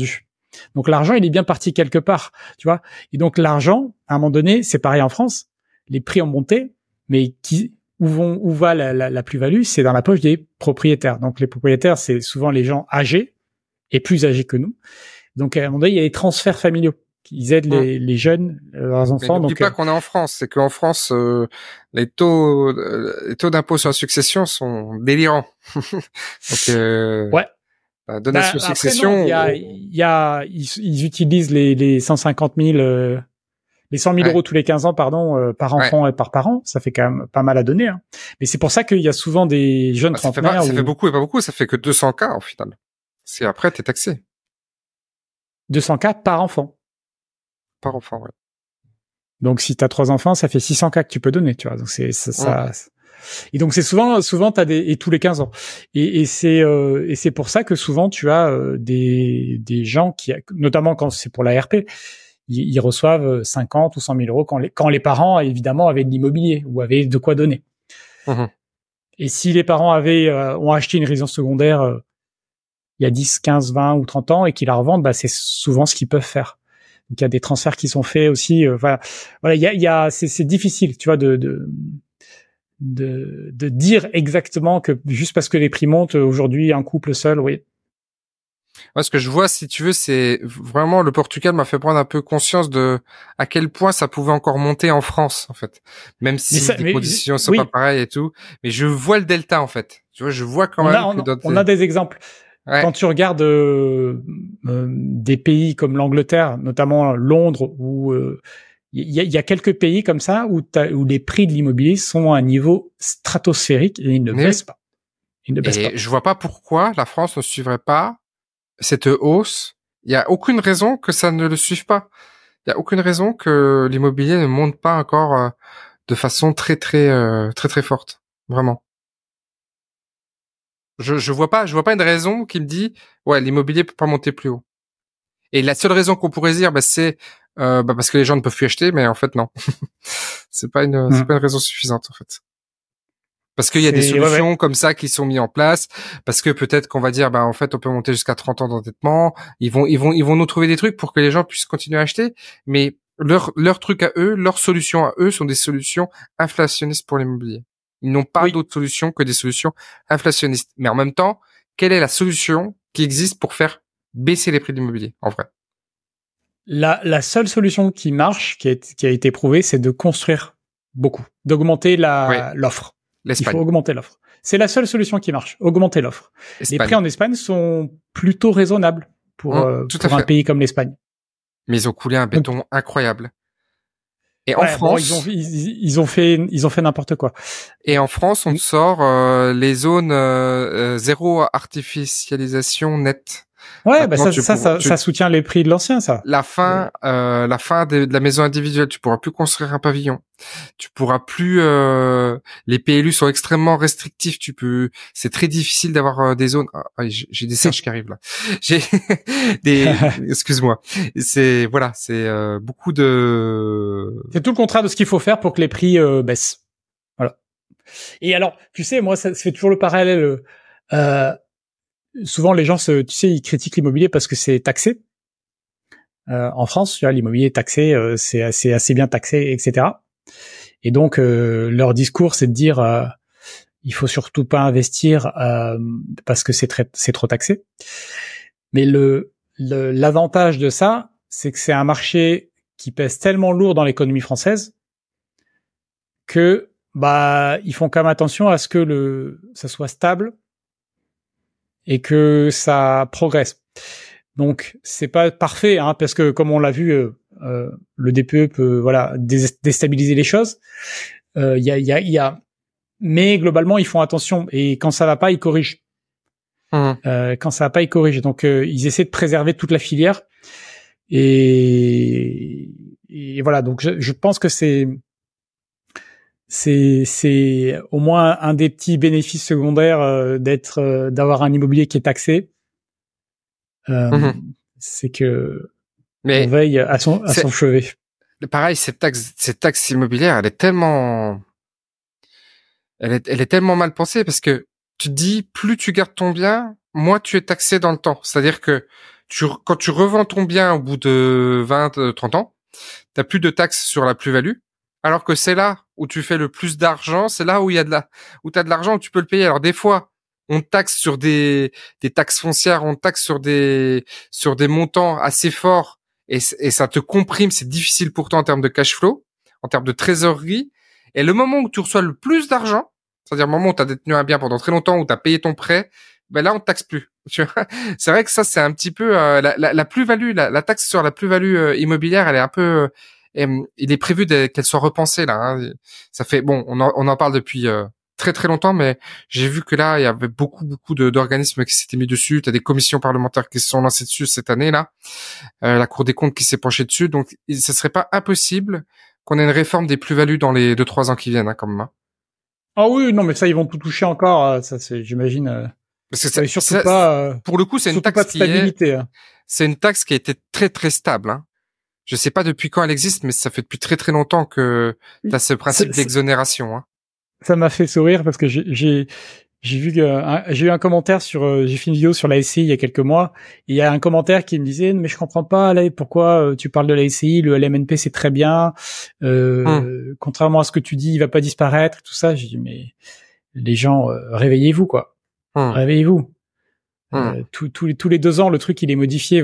Donc l'argent, il est bien parti quelque part, tu vois. Et donc l'argent, à un moment donné, c'est pareil en France, les prix ont monté, mais qui où vont où va la, la, la plus-value, c'est dans la poche des propriétaires. Donc les propriétaires, c'est souvent les gens âgés et plus âgés que nous. Donc à un moment donné, il y a les transferts familiaux. Ils aident les, les jeunes, leurs enfants.
Mais n'oublie
donc
pas euh... qu'on est en France, c'est qu'en France, euh, les taux, euh, les taux d'impôt sur la succession sont délirants. donc, euh,
ouais.
Bah, donation
bah,
succession.
Il y a, il y a, ils, ils utilisent les, les cent cinquante mille, euh, les cent mille
ouais.
euros tous les quinze ans, pardon, euh, par enfant ouais. et par parent. Ça fait quand même pas mal à donner. Hein. Mais c'est pour ça qu'il y a souvent des jeunes
bah, ça
trentenaires.
Fait pas, ça
où...
fait beaucoup et pas beaucoup. Ça fait que deux cents K au final. C'est après t'es taxé.
deux cents K par enfant.
Par enfant, ouais.
Donc si t'as trois enfants, ça fait six cents K que tu peux donner, tu vois. Donc c'est ça. ça
mmh.
Et donc c'est souvent, souvent t'as des et tous les quinze ans. Et, et c'est euh, et c'est pour ça que souvent tu as euh, des des gens qui, notamment quand c'est pour l'A R P, ils, ils reçoivent cinquante ou cent mille euros quand les quand les parents évidemment avaient de l'immobilier ou avaient de quoi donner.
Mmh.
Et si les parents avaient euh, ont acheté une résidence secondaire euh, il y a dix, quinze, vingt ou trente ans et qu'ils la revendent, bah c'est souvent ce qu'ils peuvent faire. Donc il y a des transferts qui sont faits aussi. Euh, voilà, voilà, il y a, il y a, c'est, c'est difficile, tu vois, de, de de de dire exactement que juste parce que les prix montent aujourd'hui, un couple seul, oui.
Moi, ce que je vois, si tu veux, c'est vraiment le Portugal m'a fait prendre un peu conscience de à quel point ça pouvait encore monter en France, en fait. Même si ça, les mais, conditions sont oui. pas pareilles et tout, mais je vois le delta, en fait. Tu vois, je vois quand
on
même
a, on,
que dans
on a des exemples. Ouais. Quand tu regardes euh, euh, des pays comme l'Angleterre, notamment Londres, où euh, il y a, y a quelques pays comme ça où, où les prix de l'immobilier sont à un niveau stratosphérique et ils ne mais baissent oui. pas. Ils ne baissent
et
pas.
Je vois pas pourquoi la France ne suivrait pas cette hausse. Il y a aucune raison que ça ne le suive pas. Il y a aucune raison que l'immobilier ne monte pas encore euh, de façon très très euh, très très forte. Vraiment. Je je vois pas je vois pas une raison qui me dit ouais l'immobilier peut pas monter plus haut. Et la seule raison qu'on pourrait dire bah c'est euh, bah parce que les gens ne peuvent plus acheter, mais en fait non. c'est pas une mmh. c'est pas une raison suffisante en fait. Parce qu'il y a des solutions ouais, ouais. comme ça qui sont mises en place, parce que peut-être qu'on va dire bah en fait on peut monter jusqu'à trente ans d'endettement, ils vont ils vont ils vont nous trouver des trucs pour que les gens puissent continuer à acheter, mais leur leur truc à eux, leurs solutions à eux sont des solutions inflationnistes pour l'immobilier. Ils n'ont pas oui. d'autres solutions que des solutions inflationnistes. Mais en même temps, quelle est la solution qui existe pour faire baisser les prix de l'immobilier, en vrai?
La, la seule solution qui marche, qui a, qui a été prouvée, c'est de construire beaucoup, d'augmenter la, oui. l'offre.
L'Espagne.
Il faut augmenter l'offre. C'est la seule solution qui marche, augmenter l'offre. Espagne. Les prix en Espagne sont plutôt raisonnables pour, mmh, euh, pour un pays comme l'Espagne.
Mais ils ont coulé un béton Donc, incroyable. Et
ouais,
en France,
bon, ils ont ils, ils ont fait ils ont fait n'importe quoi.
Et en France, on sort euh, les zones euh, euh, zéro artificialisation nette.
Ouais, bah ça, ça, pourras, ça, tu... ça soutient les prix de l'ancien, ça.
La fin, ouais. euh, la fin de, de la maison individuelle. Tu pourras plus construire un pavillon. Tu pourras plus. Euh, les P L U sont extrêmement restrictifs. Tu peux. C'est très difficile d'avoir euh, des zones. Ah, j'ai des singes qui arrivent là. J'ai des. Excuse-moi. C'est voilà. C'est euh, beaucoup de.
C'est tout le contraire de ce qu'il faut faire pour que les prix euh, baissent. Voilà. Et alors, tu sais, moi, ça, ça fait toujours le parallèle. Euh, souvent, les gens, se, tu sais, ils critiquent l'immobilier parce que c'est taxé. Euh, en France, tu vois, l'immobilier est taxé, euh, c'est assez, assez bien taxé, et cetera. Et donc, euh, leur discours, c'est de dire, euh, il faut surtout pas investir euh, parce que c'est très, c'est trop taxé. Mais le, le, l'avantage de ça, c'est que c'est un marché qui pèse tellement lourd dans l'économie française que bah ils font quand même attention à ce que le ça soit stable et que ça progresse. Donc c'est pas parfait hein, parce que comme on l'a vu euh, euh, le D P E peut voilà déstabiliser les choses. Il euh, y a il y a il y a mais globalement ils font attention et quand ça va pas ils corrigent. Mmh. Euh, quand ça va pas ils corrigent. Donc euh, ils essaient de préserver toute la filière et, et voilà donc je, je pense que c'est c'est c'est au moins un des petits bénéfices secondaires euh, d'être euh, d'avoir un immobilier qui est taxé. Euh, mmh. C'est que mais on veille à son à son chevet.
Pareil, cette taxe cette taxe immobilière, elle est tellement elle est elle est tellement mal pensée parce que tu te dis plus tu gardes ton bien, moins tu es taxé dans le temps. C'est-à-dire que tu, quand tu revends ton bien au bout de vingt, trente ans, t'as plus de taxes sur la plus-value. Alors que c'est là où tu fais le plus d'argent, c'est là où il y a de la, où t'as de l'argent, où tu peux le payer. Alors des fois, on taxe sur des, des taxes foncières, on taxe sur des, sur des montants assez forts et, et ça te comprime, c'est difficile pour toi en termes de cash flow, en termes de trésorerie. Et le moment où tu reçois le plus d'argent, c'est-à-dire le moment où tu as détenu un bien pendant très longtemps, où tu as payé ton prêt, ben là, on te taxe plus. Tu vois, c'est vrai que ça, c'est un petit peu euh, la, la, la plus-value, la, la taxe sur la plus-value euh, immobilière, elle est un peu... Euh, il est prévu de, qu'elle soit repensée, là. Hein. Ça fait... Bon, on en, on en parle depuis euh, très très longtemps, mais j'ai vu que là, il y avait beaucoup beaucoup de, d'organismes qui s'étaient mis dessus. Tu as des commissions parlementaires qui se sont lancées dessus cette année-là. Euh, la Cour des comptes qui s'est penchée dessus. Donc, ce serait pas impossible qu'on ait une réforme des plus-values dans les deux trois ans qui viennent, hein, quand même. Hein.
Ah oui, non, mais ça, ils vont tout toucher encore. Ça, c'est, j'imagine. Euh...
Parce que ça,
surtout
ça,
pas. Euh...
Pour le coup, c'est une
surtout
taxe
pas de
qui est.
stabilité. Hein.
C'est une taxe qui a été très très stable. Hein. Je sais pas depuis quand elle existe, mais ça fait depuis très très longtemps que t'as ce principe c'est, d'exonération. Hein.
Ça m'a fait sourire parce que j'ai j'ai, j'ai vu que un, j'ai eu un commentaire sur euh, j'ai fait une vidéo sur la S C I il y a quelques mois. Et il y a un commentaire qui me disait mais je comprends pas là pourquoi euh, tu parles de la S C I, le L M N P c'est très bien. Euh, hum. Contrairement à ce que tu dis, il va pas disparaître tout ça. J'ai dit mais les gens euh, réveillez-vous quoi. Hum. Réveillez-vous. Hum. Euh, tous tous les tous les deux ans le truc il est modifié.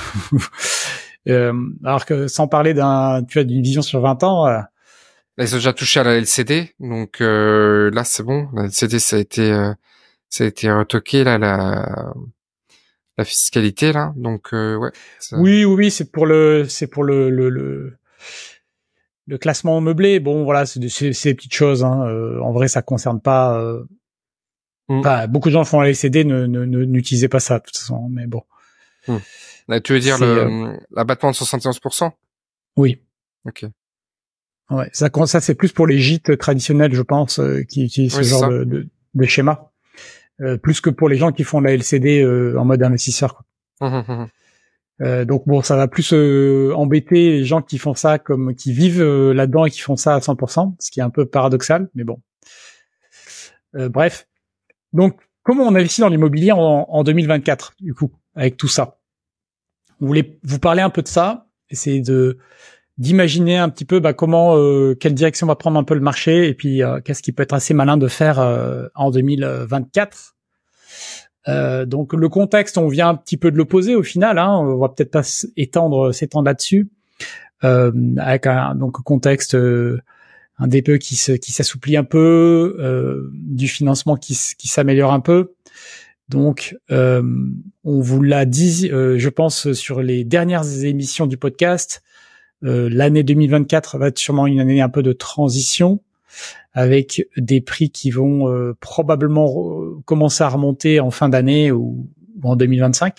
Euh, alors que sans parler d'un, tu as d'une vision sur vingt ans. Euh...
Là, ils ont déjà touché à la L C D, donc euh, là c'est bon. La L C D ça a été, euh, ça a été retoqué là la la fiscalité là, donc euh, ouais. Ça...
Oui, oui, c'est pour le, c'est pour le le le, le classement meublé. Bon, voilà, c'est c'est, c'est des petites choses. Hein. Euh, en vrai, ça concerne pas. Euh... Mm. Enfin, beaucoup de gens font la L C D, ne ne n'utilisez pas ça de toute façon. Mais bon.
Mm. Là, tu veux dire le, euh... l'abattement de soixante et onze pour cent?
Oui.
Ok.
Ouais, ça, ça c'est plus pour les gîtes traditionnels, je pense, euh, qui utilisent oui, ce genre de, de, de schéma, euh, plus que pour les gens qui font la L C D euh, en mode investisseur. Quoi. Mmh, mmh. Euh, donc bon, ça va plus euh, embêter les gens qui font ça, comme qui vivent euh, là-dedans et qui font ça à cent pour cent, ce qui est un peu paradoxal, mais bon. Euh, bref, donc comment on investit dans l'immobilier en, en deux mille vingt-quatre, du coup, avec tout ça? Vous voulez vous parler un peu de ça, essayer de d'imaginer un petit peu bah, comment, euh, quelle direction va prendre un peu le marché et puis euh, qu'est-ce qui peut être assez malin de faire euh, en deux mille vingt-quatre. Euh, donc le contexte, on vient un petit peu de l'opposé au final. Hein, on va peut-être pas étendre, s'étendre là-dessus. Euh, avec un donc contexte, euh, un D P E qui se, qui s'assouplit un peu, euh, du financement qui, qui s'améliore un peu. Donc, euh, on vous l'a dit, euh, je pense, sur les dernières émissions du podcast. Euh, l'année deux mille vingt-quatre va être sûrement une année un peu de transition avec des prix qui vont euh, probablement re- commencer à remonter en fin d'année ou, ou en deux mille vingt-cinq.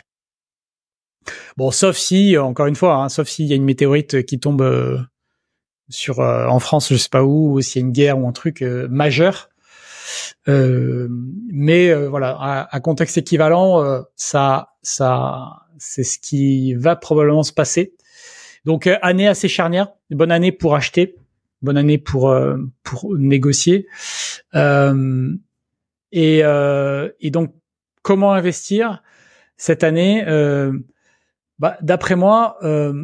Bon, sauf si, encore une fois, hein, sauf s'il y a une météorite qui tombe euh, sur euh, en France, je sais pas où, ou s'il y a une guerre ou un truc euh, majeur. Euh, mais euh, voilà, à, à contexte équivalent, euh, ça, ça, c'est ce qui va probablement se passer. Donc euh, année assez charnière, bonne année pour acheter, bonne année pour euh, pour négocier. Euh, et euh, et donc comment investir cette année euh, bah, d'après moi, euh,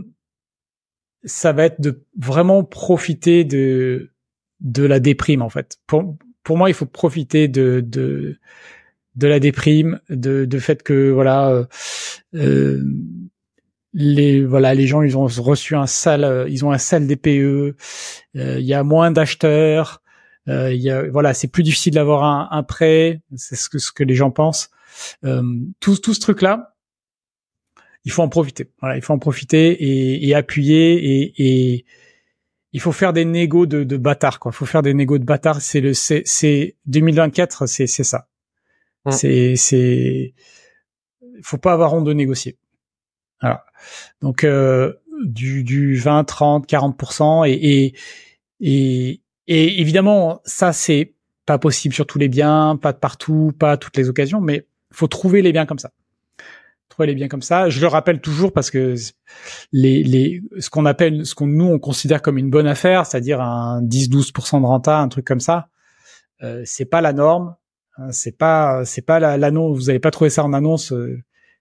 ça va être de vraiment profiter de de la déprime en fait. Pour pour moi, il faut profiter de de de la déprime, de de fait que voilà. Euh, euh, les voilà les gens ils ont reçu un sale ils ont un sale D P E, il euh, y a moins d'acheteurs, il euh, y a voilà c'est plus difficile d'avoir un, un prêt, c'est ce que ce que les gens pensent. Euh, tout tout ce truc là, il faut en profiter. Voilà, il faut en profiter et, et appuyer et, et il faut faire des négos de, de bâtards quoi. Il faut faire des négos de bâtards. C'est le c'est c'est deux mille vingt-quatre, c'est c'est ça. Mmh. C'est c'est il faut pas avoir honte de négocier. Voilà. Donc euh, du, du vingt, trente, quarante pour cent et, et et et évidemment ça c'est pas possible sur tous les biens, pas de partout, pas à toutes les occasions, mais faut trouver les biens comme ça. Trouver les biens comme ça. Je le rappelle toujours parce que les les ce qu'on appelle ce qu'on nous on considère comme une bonne affaire, c'est-à-dire un dix douze pour cent de renta, un truc comme ça, euh, c'est pas la norme. C'est pas c'est pas la, l'annonce. Vous allez pas trouver ça en annonce. Euh,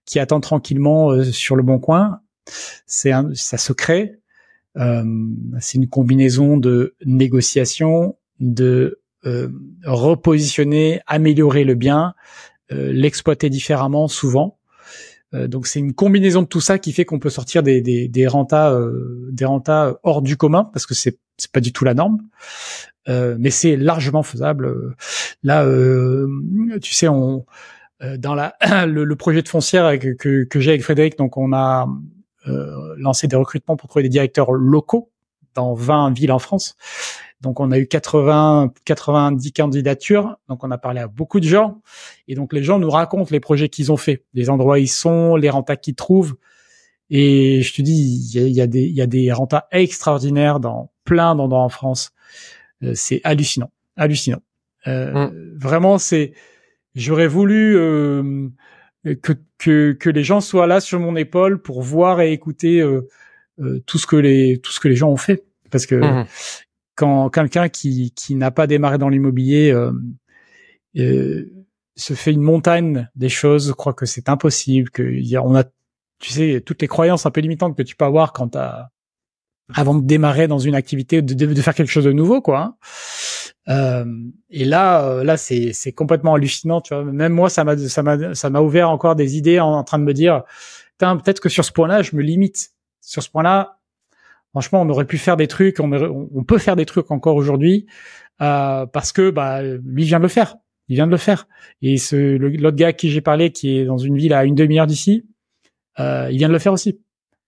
qui attend tranquillement euh, sur le bon coin. C'est un, ça se crée. Euh, c'est une combinaison de négociation, de euh, repositionner, améliorer le bien, euh, l'exploiter différemment souvent. Euh, donc c'est une combinaison de tout ça qui fait qu'on peut sortir des des, des rentas euh, des rentas hors du commun parce que c'est c'est pas du tout la norme. Euh, mais c'est largement faisable. Là, euh, tu sais, on euh, dans la le, le projet de foncière que que, que j'ai avec Frédéric, donc on a euh, lancé des recrutements pour trouver des directeurs locaux dans vingt villes en France. Donc on a eu quatre-vingts, quatre-vingt-dix candidatures, donc on a parlé à beaucoup de gens, et donc les gens nous racontent les projets qu'ils ont faits, les endroits où ils sont, les rentas qu'ils trouvent, et je te dis, il y a, il y a des, il y a des rentas extraordinaires dans plein d'endroits en France. Euh, c'est hallucinant, hallucinant. Euh, mmh. Vraiment, c'est, j'aurais voulu euh, que que que les gens soient là sur mon épaule pour voir et écouter euh, euh, tout ce que les tout ce que les gens ont fait, parce que mmh. quand quelqu'un qui qui n'a pas démarré dans l'immobilier euh, euh, se fait une montagne des choses, je crois que c'est impossible, que y a, on a, tu sais, toutes les croyances un peu limitantes que tu peux avoir quand t'as, avant de démarrer dans une activité, de, de, de faire quelque chose de nouveau, quoi. Hein. Euh, et là, euh, là, c'est c'est complètement hallucinant, tu vois. Même moi, ça m'a ça m'a ça m'a ouvert encore des idées en, en train de me dire, peut-être que sur ce point-là, je me limite. Sur ce point-là, franchement, on aurait pu faire des trucs, on, aurait, on peut faire des trucs encore aujourd'hui, euh, parce que bah lui vient de le faire, il vient de le faire. Et ce le, l'autre gars à qui j'ai parlé, qui est dans une ville à une demi-heure d'ici, euh, il vient de le faire aussi.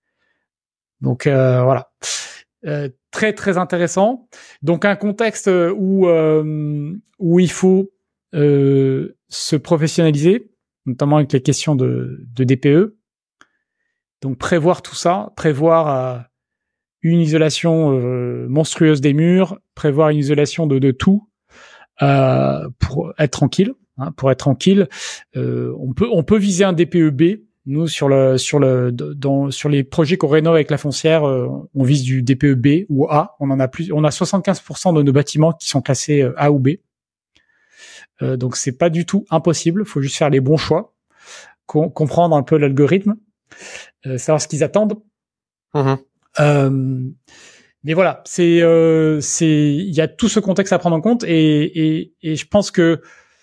Donc euh, voilà, euh, très très intéressant. Donc un contexte où euh, où il faut euh, se professionnaliser, notamment avec les questions de, de D P E. Donc prévoir tout ça, prévoir euh, une isolation euh, monstrueuse des murs, prévoir une isolation de, de tout euh, pour être tranquille. Hein, pour être tranquille, euh, on peut on peut viser un D P E B. Nous sur le sur le dans sur les projets qu'on rénove avec la foncière, euh, on vise du D P E B ou A. On en a plus, on a soixante-quinze pour cent de nos bâtiments qui sont classés A ou B. Euh, donc c'est pas du tout impossible. Faut juste faire les bons choix, com- comprendre un peu l'algorithme, euh, savoir ce qu'ils attendent.
Mmh.
Euh, mais voilà, c'est euh, c'est il y a tout ce contexte à prendre en compte et et et je pense que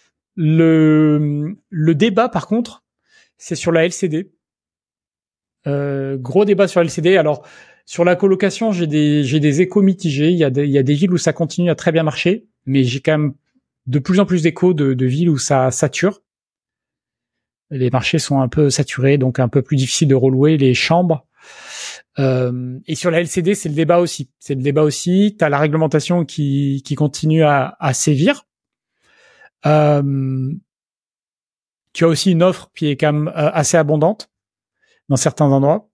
le le débat par contre, c'est sur la L C D. Euh, gros débat sur la L C D. Alors sur la colocation, j'ai des j'ai des échos mitigés. Il y a des il y a des villes où ça continue à très bien marcher, mais j'ai quand même de plus en plus d'échos de de villes où ça sature. Les marchés sont un peu saturés, donc un peu plus difficile de relouer les chambres. Euh, et sur la L C D, c'est le débat aussi. C'est le débat aussi. T'as la réglementation qui qui continue à, à sévir. Euh, tu as aussi une offre qui est quand même euh, assez abondante dans certains endroits.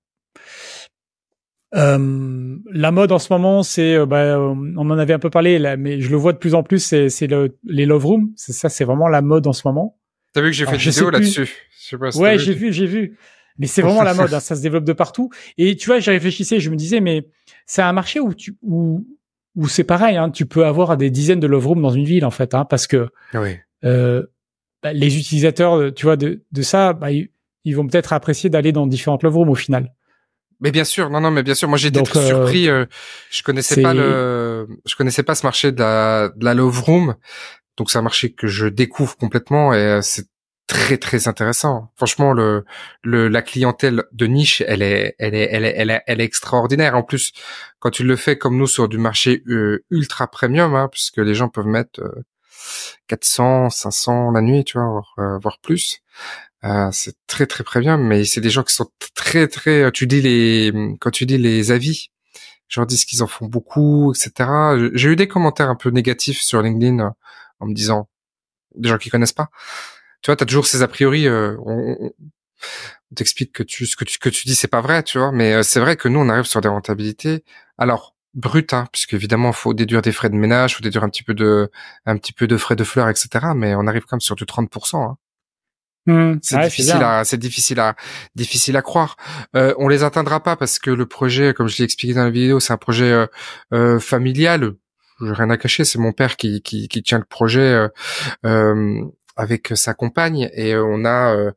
Euh, la mode en ce moment, c'est, euh, bah, on en avait un peu parlé, là, mais je le vois de plus en plus, c'est, c'est le, les love rooms. C'est ça, c'est vraiment la mode en ce moment.
T'as vu que j'ai Alors, fait une vidéo là-dessus?
Je sais pas si ouais, j'ai vu, vu j'ai vu. Mais c'est vraiment la mode, hein, ça se développe de partout. Et tu vois, j'y réfléchissais, je me disais, mais c'est un marché où tu, où, où c'est pareil, hein, tu peux avoir des dizaines de love rooms dans une ville en fait, hein, parce que
oui.
euh, bah, les utilisateurs, tu vois, de, de ça, bah, ils, ils vont peut-être apprécier d'aller dans différentes love rooms au final.
Mais bien sûr, non, non, mais bien sûr. Moi, j'étais très euh, surpris. Euh, je connaissais c'est... pas le, je connaissais pas ce marché de la, de la love room. Donc, c'est un marché que je découvre complètement et euh, c'est très, très intéressant. Franchement, le, le, la clientèle de niche, elle est, elle est, elle est, elle est, elle est extraordinaire. En plus, quand tu le fais comme nous sur du marché euh, ultra premium, hein, puisque les gens peuvent mettre euh, quatre cents, cinq cents la nuit, tu vois, voire, euh, voire plus. Euh, c'est très très premium, mais c'est des gens qui sont très très. Tu dis les quand tu dis les avis, genre disent qu'ils en font beaucoup, et cetera. J'ai eu des commentaires un peu négatifs sur LinkedIn en me disant des gens qui connaissent pas. Tu vois, t'as toujours ces a priori. Euh, on, on t'explique que tu ce que tu que tu dis c'est pas vrai, tu vois. Mais euh, c'est vrai que nous on arrive sur des rentabilités. Alors brutes, hein, puisque évidemment faut déduire des frais de ménage, faut déduire un petit peu de un petit peu de frais de fleurs, et cetera. Mais on arrive quand même sur du trente pour cent. Hein.
Mmh,
c'est
ouais,
difficile
c'est
à, c'est difficile à, difficile à croire. Euh, on les atteindra pas parce que le projet, comme je l'ai expliqué dans la vidéo, c'est un projet euh, euh, familial. J'ai rien à cacher, c'est mon père qui, qui, qui tient le projet euh, euh, avec sa compagne et on a euh,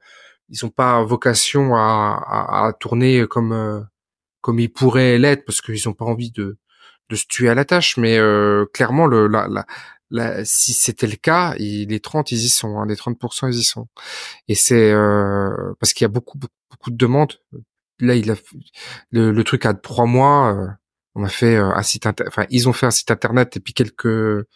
ils ont pas vocation à, à, à tourner comme euh, comme ils pourraient l'être parce qu'ils ont pas envie de de se tuer à la tâche. Mais euh, clairement, le la, la, la si c'était le cas, il, les trente ils y sont, hein, les trente pour cent ils y sont. Et c'est euh, parce qu'il y a beaucoup beaucoup, beaucoup de demandes. Là, il a le, le truc à trois mois. Euh, on a fait euh, un site, inter... enfin ils ont fait un site internet et puis quelques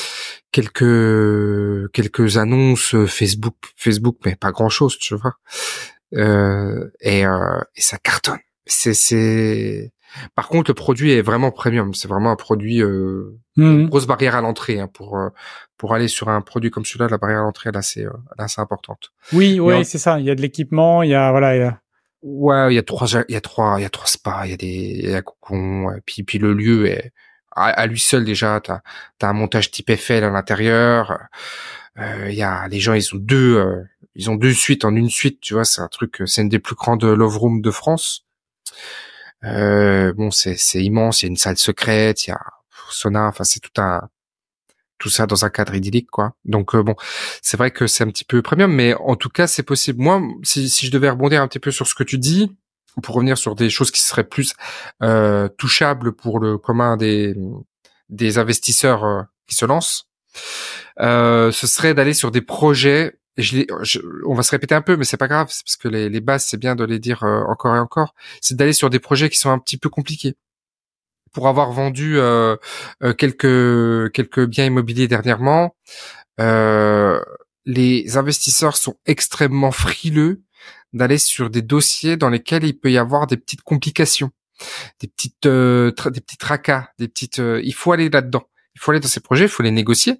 quelques quelques annonces Facebook, Facebook, mais pas grand chose, tu vois. Euh, et, euh, et ça cartonne. C'est c'est. Par contre, le produit est vraiment premium. C'est vraiment un produit. Euh,
Mmh.
grosse barrière à l'entrée hein, pour euh, pour aller sur un produit comme celui-là. La barrière à l'entrée elle est assez euh, elle est assez importante.
Oui,
Mais en...
oui, c'est ça. Il y a de l'équipement, il y a voilà. Il y a...
Ouais, il y a trois, il y a trois, il y a trois spas, il y a des, il y a cocon, et puis puis le lieu est à, à lui seul déjà. T'as t'as un montage type Eiffel à l'intérieur. Euh, Il y a les gens, ils ont deux, euh, ils ont deux suites en une suite. Tu vois, c'est un truc, c'est une des plus grandes love rooms de France. Euh, bon, c'est c'est immense. Il y a une salle secrète, il y a sauna. Enfin, c'est tout un tout ça dans un cadre idyllique, quoi. Donc euh, bon, c'est vrai que c'est un petit peu premium, mais en tout cas, c'est possible. Moi, si, si je devais rebondir un petit peu sur ce que tu dis, pour revenir sur des choses qui seraient plus euh, touchables pour le commun des des investisseurs euh, qui se lancent, euh, ce serait d'aller sur des projets. Et je, les, je on va se répéter un peu, mais c'est pas grave, c'est parce que les, les bases, c'est bien de les dire euh, encore et encore. C'est d'aller sur des projets qui sont un petit peu compliqués. Pour avoir vendu euh, euh, quelques quelques biens immobiliers dernièrement, euh, les investisseurs sont extrêmement frileux d'aller sur des dossiers dans lesquels il peut y avoir des petites complications, des petites euh, tra- des petits tracas, des petites. Euh, il faut aller là-dedans. Il faut aller dans ces projets, il faut les négocier.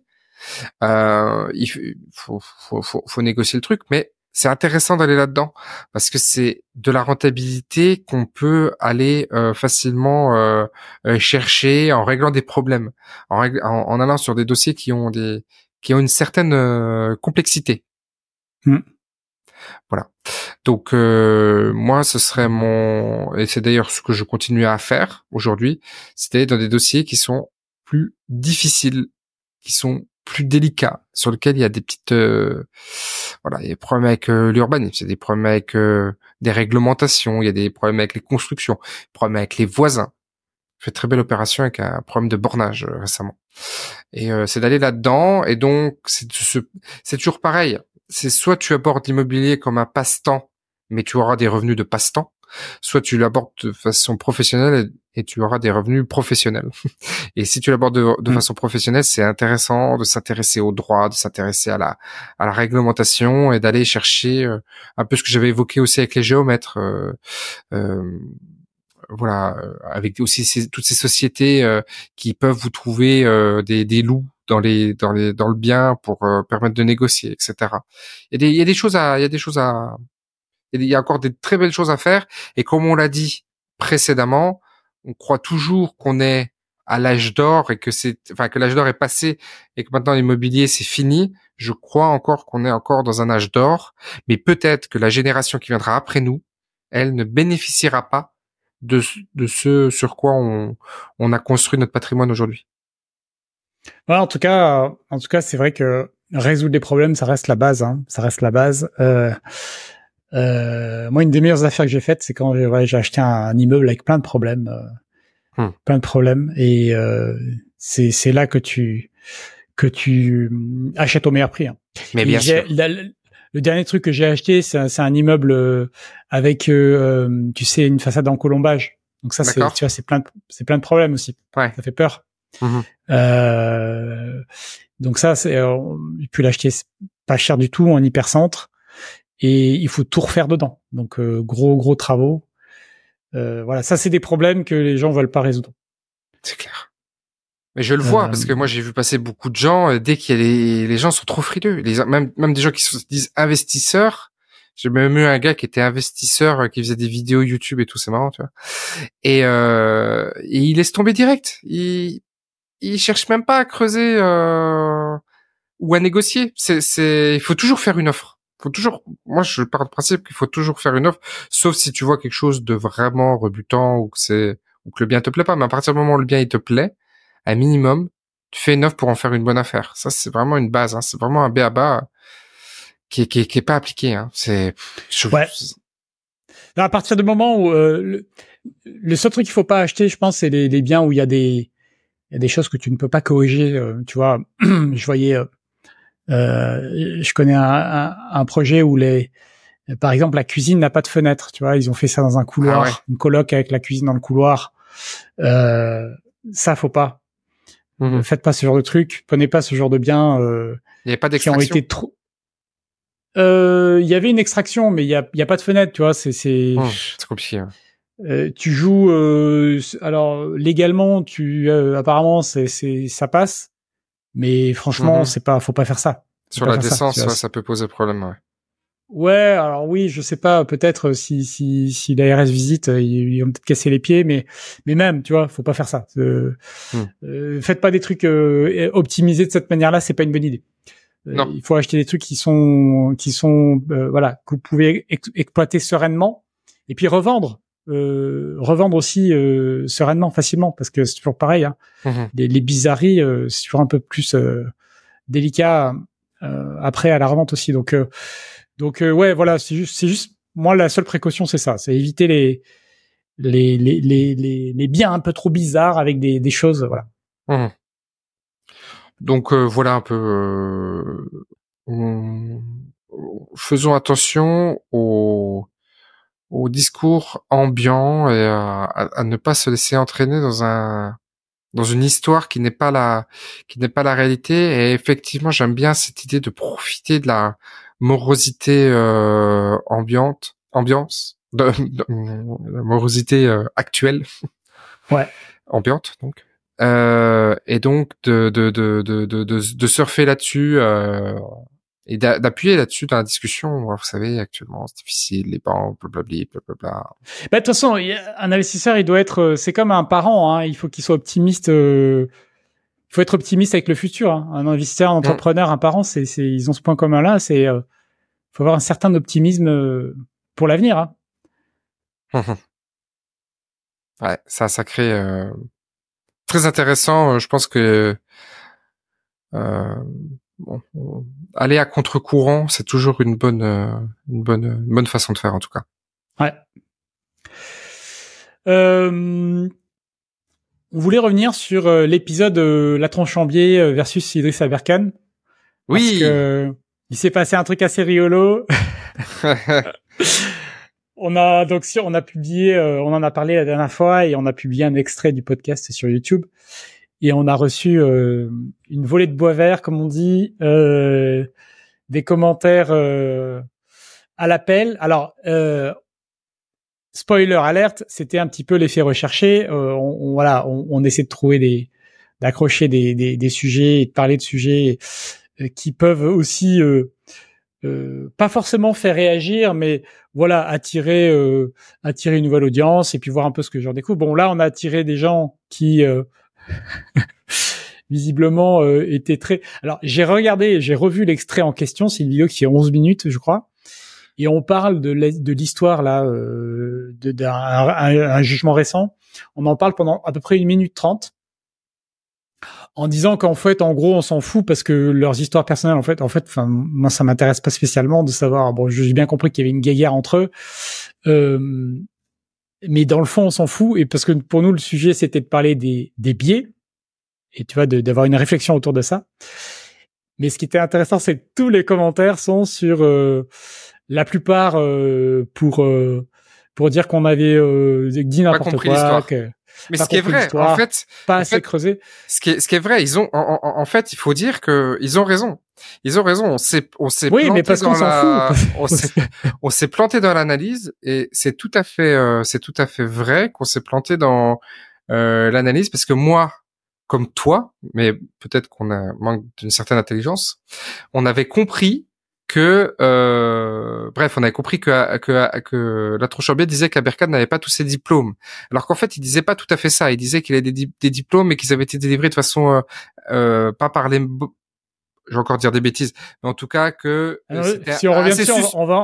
Euh, il faut, faut, faut, faut négocier le truc, mais c'est intéressant d'aller là-dedans parce que c'est de la rentabilité qu'on peut aller euh, facilement euh, euh, chercher en réglant des problèmes, en, règle, en, en allant sur des dossiers qui ont des qui ont une certaine euh, complexité.
Mmh.
Voilà. Donc euh, moi, ce serait mon et c'est d'ailleurs ce que je continue à faire aujourd'hui, c'est dans des dossiers qui sont plus difficiles, qui sont plus délicats, sur lesquels il y a des petites euh, voilà, il y a des problèmes avec euh, l'urbanisme, il y a des problèmes avec euh, des réglementations, il y a des problèmes avec les constructions, des problèmes avec les voisins. J'ai fait très belle opération avec un problème de bornage euh, récemment. Et euh, c'est d'aller là-dedans et donc c'est ce c'est toujours pareil. C'est soit tu abordes l'immobilier comme un passe-temps, mais tu auras des revenus de passe-temps, soit tu l'abordes de façon professionnelle et, et tu auras des revenus professionnels. Et si tu l'abordes de, de
Mmh.
façon professionnelle, c'est intéressant de s'intéresser au droit, de s'intéresser à la à la réglementation et d'aller chercher euh, un peu ce que j'avais évoqué aussi avec les géomètres. Euh, euh, voilà, euh, avec aussi ces, toutes ces sociétés euh, qui peuvent vous trouver euh, des, des loups dans les dans les dans le bien pour euh, permettre de négocier, et cetera. Il y a des il y a des choses à il y a des choses à il y a encore des très belles choses à faire et comme on l'a dit précédemment, on croit toujours qu'on est à l'âge d'or et que c'est enfin que l'âge d'or est passé et que maintenant l'immobilier c'est fini. Je crois encore qu'on est encore dans un âge d'or, mais peut-être que la génération qui viendra après nous, elle ne bénéficiera pas de, de ce sur quoi on, on a construit notre patrimoine aujourd'hui.
Ouais, en tout cas, euh, en tout cas, c'est vrai que résoudre les problèmes, ça reste la base. Hein, ça reste la base. Euh, euh, moi, une des meilleures affaires que j'ai faites, c'est quand j'ai, ouais, j'ai acheté un, un immeuble avec plein de problèmes, euh,
Hmm.
plein de problèmes, et euh, c'est c'est là que tu que tu achètes au meilleur prix. Hein.
Mais
Et
bien
j'ai,
sûr.
la, le dernier truc que j'ai acheté, c'est un, c'est un immeuble euh, avec, euh, euh, tu sais, une façade en colombage. Donc ça, c'est, tu
D'accord?
vois, c'est plein de, c'est plein de problèmes aussi.
Ouais.
Ça fait peur.
Mhm.
Euh, donc ça, c'est, euh, j'ai pu l'acheter pas cher du tout en hypercentre et il faut tout refaire dedans. Donc euh, gros gros travaux. Euh, voilà, ça c'est des problèmes que les gens veulent pas résoudre.
C'est clair. Mais je le vois
Euh,
parce que moi j'ai vu passer beaucoup de gens euh, dès qu'il y a les les gens sont trop frileux. Les même même des gens qui se disent investisseurs. J'ai même eu un gars qui était investisseur euh, qui faisait des vidéos YouTube et tout, c'est marrant, tu vois. Et, euh, et il laisse tomber direct. Il il cherche même pas à creuser euh, ou à négocier. C'est c'est il faut toujours faire une offre. Faut toujours. Moi je pars du principe qu'il faut toujours faire une offre, sauf si tu vois quelque chose de vraiment rebutant ou que c'est ou que le bien te plaît pas. Mais à partir du moment où le bien il te plaît, un minimum, tu fais une offre pour en faire une bonne affaire. Ça, c'est vraiment une base. Hein. C'est vraiment un b a ba qui est, qui est, qui est pas appliqué. Hein. C'est je...
ouais. À partir du moment où euh, le, le seul truc qu'il faut pas acheter, je pense, c'est les, les biens où il y a des il y a des choses que tu ne peux pas corriger. Euh, tu vois, je voyais, euh, euh, je connais un, un, un projet où les, par exemple, la cuisine n'a pas de fenêtre. Tu vois, ils ont fait ça dans un couloir, ah ouais. Une coloc avec la cuisine dans le couloir. Euh, ça, faut pas. Mmh. Faites pas ce genre de truc. Prenez pas ce genre de biens. Euh,
il y a pas d'extraction.
Qui ont été trop. Euh, il y avait une extraction, mais il y a, il y a pas de fenêtre. Tu vois, c'est c'est.
Mmh, c'est compliqué. Ouais.
Euh, tu joues. Euh, alors légalement, tu euh, apparemment c'est c'est ça passe, mais franchement, mmh. c'est pas. Faut pas faire ça. Faut
Sur la décence, ça, ouais, ça peut poser problème. Ouais.
Ouais, alors oui, je sais pas, peut-être si si si l'A R S visite, ils vont peut-être casser les pieds, mais mais même, tu vois, faut pas faire ça. Euh, hmm. euh, faites pas des trucs euh, optimisés de cette manière-là, c'est pas une bonne idée. Euh, il faut acheter des trucs qui sont qui sont euh, voilà que vous pouvez ex- exploiter sereinement et puis revendre, euh, revendre aussi euh, sereinement, facilement, parce que c'est toujours pareil. Hein. Hmm. Les, les bizarreries, euh, c'est toujours un peu plus euh, délicat euh, après à la revente aussi. Donc euh, Donc euh, ouais, voilà, c'est juste, c'est juste, moi la seule précaution c'est ça, c'est éviter les les les les les, les biens un peu trop bizarres avec des des choses, voilà.
Mmh. Donc euh, voilà un peu. Euh, on... Faisons attention au au discours ambiant et à, à, à ne pas se laisser entraîner dans un dans une histoire qui n'est pas la qui n'est pas la réalité. Et effectivement, j'aime bien cette idée de profiter de la morosité euh, ambiante, ambiance, de, de, de la morosité euh, actuelle,
ouais,
ambiante donc, euh, et donc de de de de de, de, de surfer là-dessus euh, et d'appuyer là-dessus dans la discussion. Vous savez, actuellement c'est difficile, les banques, blablabla, blablabla.
Bah de toute façon, un investisseur, il doit être, c'est comme un parent, hein, il faut qu'il soit optimiste. Euh... Il faut être optimiste avec le futur. Hein. Un investisseur, un entrepreneur, mmh. un parent, c'est, c'est, ils ont ce point commun-là. C'est, euh, faut avoir un certain optimisme euh, pour l'avenir. Hein.
Mmh. Ouais, ça, ça crée euh, très intéressant. Je pense que euh, bon, aller à contre-courant, c'est toujours une bonne, euh, une bonne, une bonne façon de faire en tout cas.
Ouais. Euh... On voulait revenir sur euh, l'épisode euh, Latran Chambier euh, versus Idriss Aberkan.
Oui.
Parce que il s'est passé un truc assez rigolo. On a donc sur, on a publié, euh, on en a parlé la dernière fois et on a publié un extrait du podcast sur YouTube. Et on a reçu euh, une volée de bois vert, comme on dit, euh, des commentaires euh, à l'appel. Alors, euh, spoiler alerte, c'était un petit peu l'effet recherché. Euh, on, on, voilà, on, on essaie de trouver des, d'accrocher des, des, des sujets et de parler de sujets euh, qui peuvent aussi euh, euh, pas forcément faire réagir, mais voilà, attirer, euh, attirer une nouvelle audience et puis voir un peu ce que j'en découvre. Bon, là, on a attiré des gens qui euh, visiblement euh, étaient très. Alors, j'ai regardé, j'ai revu l'extrait en question. C'est une vidéo qui fait onze minutes, je crois. Et on parle de l'histoire là, euh, de, d'un un, un jugement récent. On en parle pendant à peu près une minute trente, en disant qu'en fait, en gros, on s'en fout parce que leurs histoires personnelles, en fait, en fait, enfin, moi, ça m'intéresse pas spécialement de savoir. Bon, j'ai bien compris qu'il y avait une guéguerre entre eux, euh, mais dans le fond, on s'en fout. Et parce que pour nous, le sujet, c'était de parler des, des biais et tu vois, de, d'avoir une réflexion autour de ça. Mais ce qui était intéressant, c'est que tous les commentaires sont sur euh, la plupart euh, pour euh, pour dire qu'on avait euh, dit n'importe quoi. Que,
mais ce qui est vrai, en fait,
pas
en
assez
fait,
creusé.
Ce qui est, ce qui est vrai, ils ont, en, en, en fait, il faut dire que ils ont raison. Ils ont raison. On s'est, on s'est
oui,
planté
mais parce
dans
qu'on
la,
s'en fout.
on s'est, on s'est planté dans l'analyse et c'est tout à fait, euh, c'est tout à fait vrai qu'on s'est planté dans euh, l'analyse parce que moi, comme toi, mais peut-être qu'on a manque d'une certaine intelligence, on avait compris que, euh, bref, on avait compris que que que Latran Chambier disait qu'Aberkan n'avait pas tous ses diplômes, alors qu'en fait, il disait pas tout à fait ça. Il disait qu'il avait des, des diplômes, mais qu'ils avaient été délivrés de façon euh, euh, pas par les, je vais encore dire des bêtises, mais en tout cas que
alors, si on revient dessus, on va, on va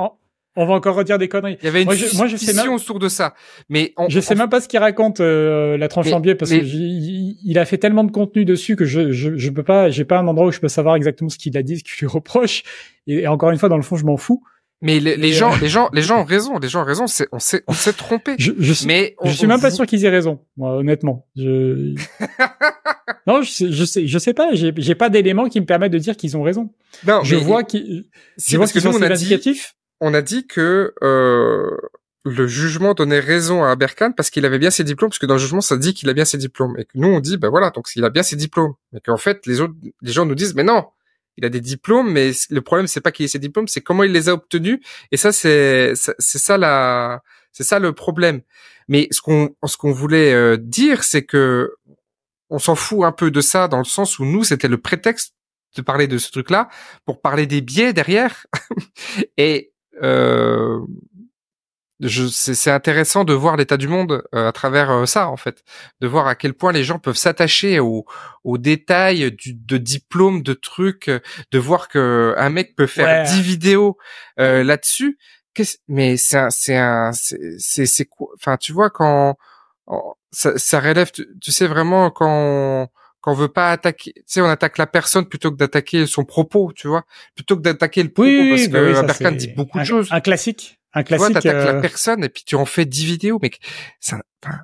on va encore redire des conneries.
Il y avait une
moi, je, moi, je sais même,
autour de ça. Mais on,
je sais
on...
même pas ce qu'il raconte euh, la tranche
mais,
en biais parce
mais...
que il, il a fait tellement de contenu dessus que je je je peux pas, j'ai pas un endroit où je peux savoir exactement ce qu'il a dit, ce qu'il lui reproche. Et, et encore une fois, dans le fond, je m'en fous.
Mais les, les gens, euh... les gens, les gens ont raison. Les gens ont raison. C'est, on s'est, on s'est trompé.
Je, je suis,
mais on,
je suis
on
même
vous...
pas sûr qu'ils aient raison. Moi, honnêtement, je. non, je sais, je sais, je sais pas. J'ai, j'ai pas d'éléments qui me permettent de dire qu'ils ont raison.
Non,
je
mais
vois qu'ils,
si,
je vois
parce que
qu'ils
nous,
sont
on a
vindicatifs.
dit, on a dit que euh, le jugement donnait raison à Aberkan parce qu'il avait bien ses diplômes, parce que dans le jugement, ça dit qu'il a bien ses diplômes, et que nous, on dit, ben voilà, donc il a bien ses diplômes, mais qu'en fait, les autres, les gens nous disent, mais non. Il a des diplômes, mais le problème c'est pas qu'il ait ses diplômes, c'est comment il les a obtenus. Et ça, c'est c'est ça la, c'est ça le problème. Mais ce qu'on ce qu'on voulait euh, dire, c'est que on s'en fout un peu de ça dans le sens où nous, c'était le prétexte de parler de ce truc-là pour parler des biais derrière. Et euh, je, c'est, c'est intéressant de voir l'état du monde euh, à travers euh, ça, en fait, de voir à quel point les gens peuvent s'attacher aux, aux détails du, de diplômes, de trucs, de voir que un mec peut faire
ouais.
dix vidéos euh, là-dessus. Qu'est-ce, mais c'est un, c'est un, c'est, c'est, c'est quoi, enfin, tu vois, quand ça, ça relève, tu, tu sais vraiment quand quand on veut pas attaquer, tu sais, on attaque la personne plutôt que d'attaquer son propos, tu vois, plutôt que d'attaquer le propos,
oui,
parce
oui,
que
bah oui,
Aberkan dit beaucoup
un,
de choses.
Un classique. Un
classique. Tu vois, t'attaques
euh...
la personne et puis tu en fais dix vidéos, mais ça,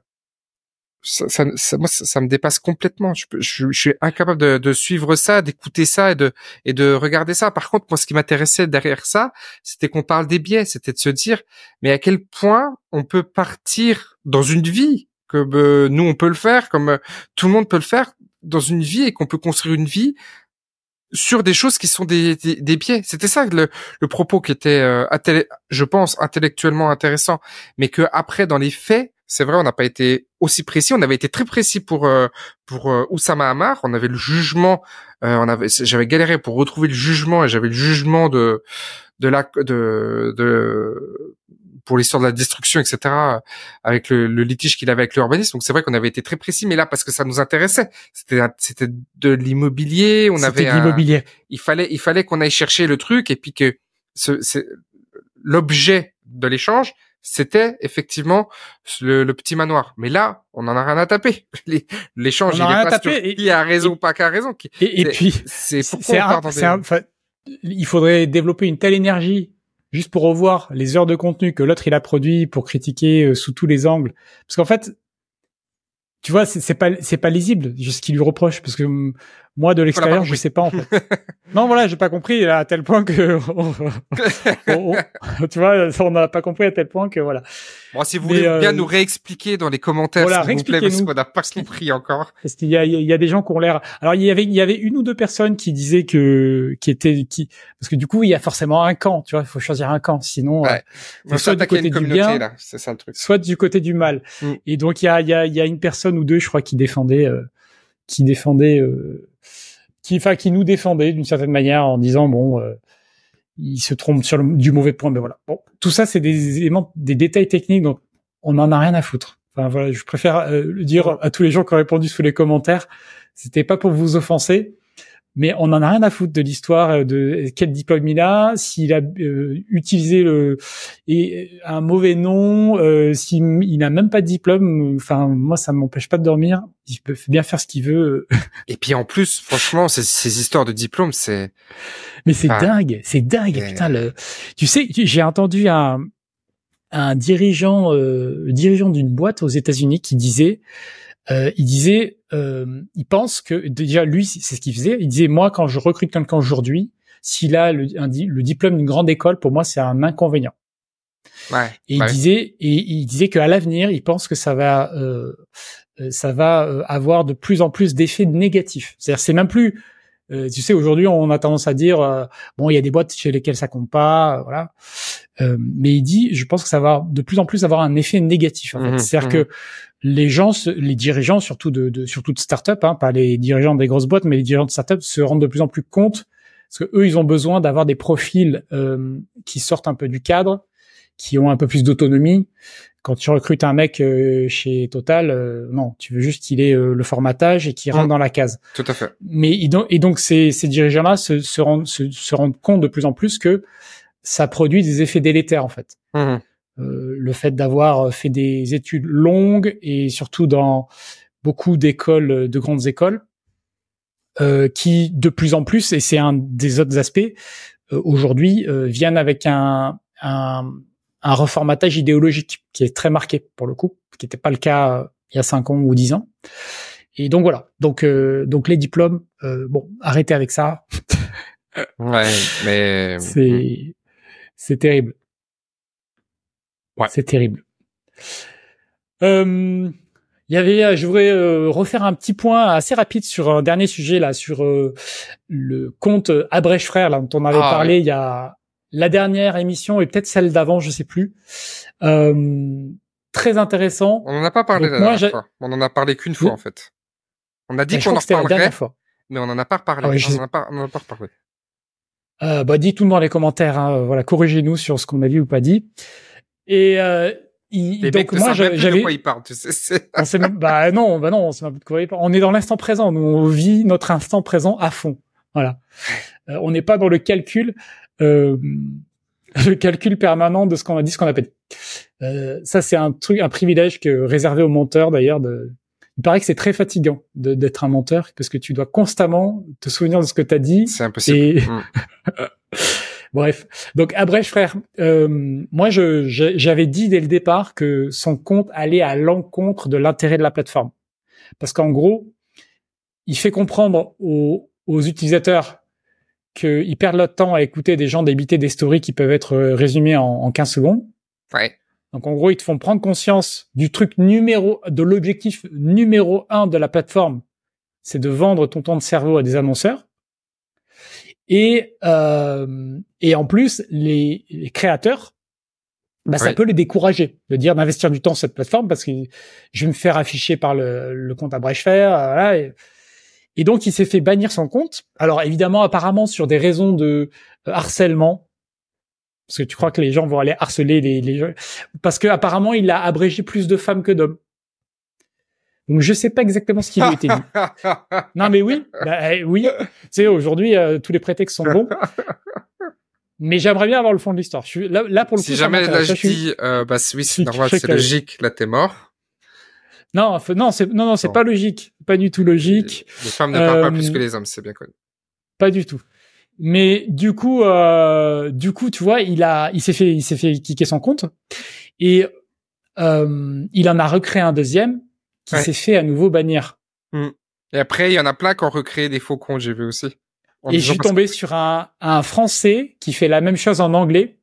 ça, ça, ça moi, ça, ça me dépasse complètement. Je, je, je suis incapable de, de suivre ça, d'écouter ça et de, et de regarder ça. Par contre, moi, ce qui m'intéressait derrière ça, c'était qu'on parle des biais, c'était de se dire, mais à quel point on peut partir dans une vie, comme euh, nous on peut le faire, comme euh, tout le monde peut le faire dans une vie et qu'on peut construire une vie sur des choses qui sont des, des, des biais. C'était ça le, le propos qui était, euh, intellé- je pense, intellectuellement intéressant, mais que après dans les faits, c'est vrai, on n'a pas été aussi précis. On avait été très précis pour euh, pour euh, Oussama Ammar. On avait le jugement. Euh, on avait, j'avais galéré pour retrouver le jugement et j'avais le jugement de de la de de pour l'histoire de la destruction, et cetera. Avec le, le litige qu'il avait avec l'urbanisme. Donc c'est vrai qu'on avait été très précis, mais là parce que ça nous intéressait. C'était c'était de l'immobilier. On
c'était
avait
de l'immobilier.
Un, il fallait il fallait qu'on aille chercher le truc et puis que ce c'est l'objet de l'échange. C'était effectivement le, le petit manoir. Mais là, on en a rien à taper. L'échange, il est pas sur
et,
qui a raison ou pas qui a raison.
Et, et puis,
c'est pourquoi on part dans des...
un, il faudrait développer une telle énergie juste pour revoir les heures de contenu que l'autre il a produit pour critiquer euh, sous tous les angles. Parce qu'en fait, tu vois, c'est, c'est pas c'est pas lisible ce qu'il lui reproche parce que m- moi de l'extérieur je sais pas en fait. Non voilà, j'ai pas compris à tel point que on, on, on, tu vois, on n'a pas compris à tel point que voilà.
Bon, si vous Mais voulez euh, bien nous réexpliquer dans les commentaires,
voilà,
s'il vous plaît, parce qu'on n'a pas compris encore.
Parce qu'il y a il y a des gens qui ont l'air. Alors il y avait il y avait une ou deux personnes qui disaient que qui étaient qui parce que du coup il y a forcément un camp, tu vois, il faut choisir un camp, sinon
ouais.
euh, c'est soit du côté du bien,
là. C'est ça le truc.
Soit du côté du mal. Mm. Et donc il y a il y a il y a une personne ou deux, je crois, qui défendait euh, qui défendait euh, qui enfin qui nous défendait d'une certaine manière en disant bon euh, il se trompe sur le, du mauvais point, mais voilà. Bon, tout ça c'est des éléments, des détails techniques, donc on en a rien à foutre. Enfin voilà, je préfère euh, le dire à tous les gens qui ont répondu sous les commentaires. C'était pas pour vous offenser, mais on en a rien à foutre de l'histoire de quel diplôme il a, s'il a euh, utilisé le et un mauvais nom, euh, s'il il n'a même pas de diplôme. Enfin moi ça m'empêche pas de dormir. Il peut bien faire ce qu'il veut.
Et puis en plus, franchement, ces, ces histoires de diplômes, c'est.
Mais c'est enfin, dingue, c'est dingue. Et... Putain, le. Tu sais, j'ai entendu un un dirigeant euh, dirigeant d'une boîte aux États-Unis qui disait. Euh, il disait, euh, il pense que déjà lui, c'est ce qu'il faisait. Il disait, moi, quand je recrute quelqu'un aujourd'hui, s'il a le, un, le diplôme d'une grande école, pour moi, c'est un inconvénient.
Ouais,
et
bah
il
oui.
disait, et il disait qu'à l'avenir, il pense que ça va, euh, ça va euh, avoir de plus en plus d'effets négatifs. C'est-à-dire, c'est même plus. Euh, tu sais, aujourd'hui, on a tendance à dire, euh, bon, il y a des boîtes chez lesquelles ça compte pas, euh, voilà. Euh, mais il dit, je pense que ça va de plus en plus avoir un effet négatif. En fait. Mmh, C'est-à-dire mmh. que les gens, les dirigeants, surtout de, de surtout de start-up, hein, pas les dirigeants des grosses boîtes, mais les dirigeants de start-up se rendent de plus en plus compte parce que eux, ils ont besoin d'avoir des profils euh, qui sortent un peu du cadre, qui ont un peu plus d'autonomie. Quand tu recrutes un mec euh, chez Total, euh, non, tu veux juste qu'il ait euh, le formatage et qu'il rentre mmh. dans la case.
Tout à fait.
Mais et donc, et donc ces, ces dirigeants-là se, se rendent se, se rendent compte de plus en plus que ça produit des effets délétères en fait.
Mmh.
Euh, le fait d'avoir fait des études longues et surtout dans beaucoup d'écoles, de grandes écoles, euh, qui de plus en plus, et c'est un des autres aspects, euh, aujourd'hui euh, viennent avec un, un, un reformatage idéologique qui est très marqué pour le coup, ce qui n'était pas le cas euh, il y a cinq ans ou dix ans. Et donc voilà. Donc euh, donc les diplômes, euh, bon, arrêtez avec ça.
Ouais, mais
c'est c'est terrible.
Ouais.
C'est terrible. Euh, il y avait, je voudrais euh, refaire un petit point assez rapide sur un dernier sujet là, sur euh, le compte Abrèche Frères là dont on avait
Ah,
parlé
ouais.
il y a la dernière émission et peut-être celle d'avant, je sais plus. Euh, très intéressant.
On en a pas parlé
Donc
la
moi,
dernière
j'ai...
fois. On en a parlé qu'une fois
Oui.
en fait. On a dit
Ben, je
qu'on
crois
en
que c'était la
reparlerait,
dernière fois.
mais on en a pas reparlé.
Ah ouais, je
on
sais...
en a pas, on en a pas reparlé.
Euh, bah, dites-nous dans les commentaires, hein, voilà, corrigez-nous sur ce qu'on a dit ou pas dit. Et euh, il,
Les
donc
mecs ne
moi,
savent même plus
j'avais,
de quoi ils parlent, tu sais. C'est...
on sait même, bah non, bah non, on sait même plus de quoi il parle. On est dans l'instant présent, nous on vit notre instant présent à fond, voilà. Euh, on n'est pas dans le calcul, euh, le calcul permanent de ce qu'on a dit, ce qu'on a pas dit. Euh, ça c'est un truc, un privilège que réservé aux monteurs d'ailleurs. De, il paraît que c'est très fatigant de, d'être un monteur parce que tu dois constamment te souvenir de ce que tu as dit.
C'est impossible.
Et...
Mm.
Bref, donc Abrèche Frères, euh, moi je, je, j'avais dit dès le départ que son compte allait à l'encontre de l'intérêt de la plateforme, parce qu'en gros, il fait comprendre aux, aux utilisateurs qu'ils perdent leur temps à écouter des gens débiter des stories qui peuvent être résumées en, en quinze secondes.
Ouais.
Donc en gros, ils te font prendre conscience du truc numéro, de l'objectif numéro un de la plateforme, c'est de vendre ton temps de cerveau à des annonceurs. Et euh, et en plus, les, les créateurs, bah ça
Oui.
peut les décourager de dire d'investir du temps sur cette plateforme parce que je vais me faire afficher par le, le compte Abrèche Frères, voilà. Et, et donc il s'est fait bannir son compte. Alors évidemment, apparemment sur des raisons de harcèlement, parce que tu crois que les gens vont aller harceler les, les gens, parce que apparemment il a abrégé plus de femmes que d'hommes. Donc je sais pas exactement ce qui lui a été dit. Non mais oui, bah, euh, oui. Tu sais, aujourd'hui euh, tous les prétextes sont bons. Mais j'aimerais bien avoir le fond de l'histoire. Je suis là, là pour le
si
coup.
Si jamais là je
suis...
dis, euh, bah oui, c'est normal,
c'est
c'est logique, là t'es mort.
Non, non, c'est non, non, c'est pas logique, pas du tout logique.
Les, les femmes ne parlent euh... pas plus que les hommes, c'est bien connu.
Pas du tout. Mais du coup, euh, du coup, tu vois, il a, il s'est fait, il s'est fait kicker son compte et euh, il en a recréé un deuxième qui ouais. s'est fait à nouveau bannir.
Mmh. Et après, il y en a plein qui ont recréé des faux comptes, j'ai vu aussi.
Et je suis tombé que... sur un, un Français qui fait la même chose en anglais.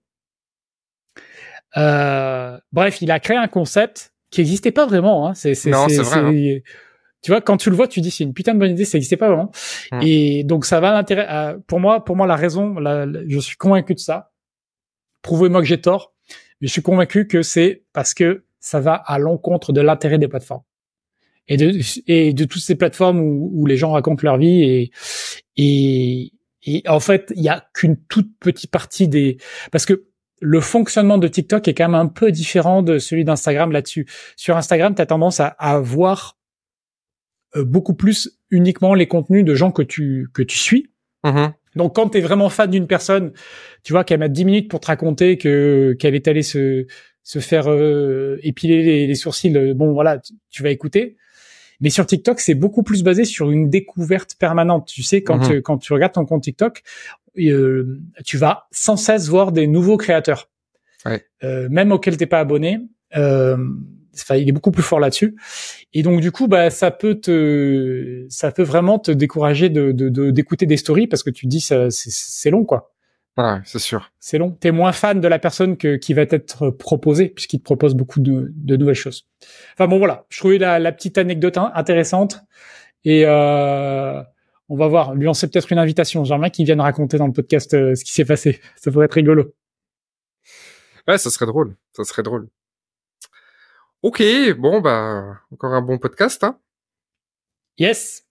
Euh, bref, il a créé un concept qui n'existait pas vraiment. Hein. C'est, c'est,
non,
c'est,
c'est vrai.
C'est... Hein. Tu vois, quand tu le vois, tu dis c'est une putain de bonne idée, ça n'existait pas vraiment. Mmh. Et donc ça va l'intérêt. Euh, pour moi, pour moi, la raison, la, la, je suis convaincu de ça. Prouvez-moi que j'ai tort, mais je suis convaincu que c'est parce que ça va à l'encontre de l'intérêt des plateformes et de et de toutes ces plateformes où, où les gens racontent leur vie et et et en fait, il y a qu'une toute petite partie des parce que le fonctionnement de TikTok est quand même un peu différent de celui d'Instagram là-dessus. Sur Instagram, tu as tendance à, à voir euh, beaucoup plus uniquement les contenus de gens que tu que tu suis.
Mmh.
Donc, quand tu es vraiment fan d'une personne, tu vois qu'elle met dix minutes pour te raconter que qu'elle est allée se se faire euh, épiler les, les sourcils. Bon, voilà, tu, tu vas écouter. Mais sur TikTok, c'est beaucoup plus basé sur une découverte permanente. Tu sais, quand, mmh. tu, quand tu regardes ton compte TikTok, euh, tu vas sans cesse voir des nouveaux créateurs,
ouais.
euh, même auxquels t'es pas abonné. Euh, enfin, il est beaucoup plus fort là-dessus. Et donc, du coup, bah, ça peut te, ça peut vraiment te décourager de, de, de d'écouter des stories parce que tu te dis, ça, c'est, c'est long, quoi.
Ouais, c'est sûr.
C'est long. T'es moins fan de la personne que, qui va t'être proposée, puisqu'il te propose beaucoup de, de nouvelles choses. Enfin bon, voilà. Je trouvais la, la petite anecdote intéressante. Et euh, on va voir. Lui lancer peut-être une invitation. J'aimerais qu'il vienne raconter dans le podcast euh, ce qui s'est passé. Ça pourrait être rigolo.
Ouais, ça serait drôle. Ça serait drôle. Ok, bon, bah, encore un bon podcast, hein.
Yes.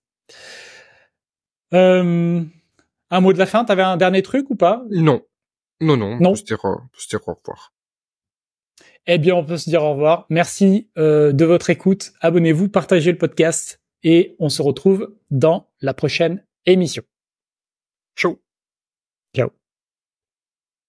Euh... Un mot de la fin, t'avais un dernier truc ou pas?
Non. Non, non,
non.
On peut se dire, on peut se dire au revoir.
Eh bien, on peut se dire au revoir. Merci euh, de votre écoute. Abonnez-vous, partagez le podcast et on se retrouve dans la prochaine émission.
Ciao.
Ciao.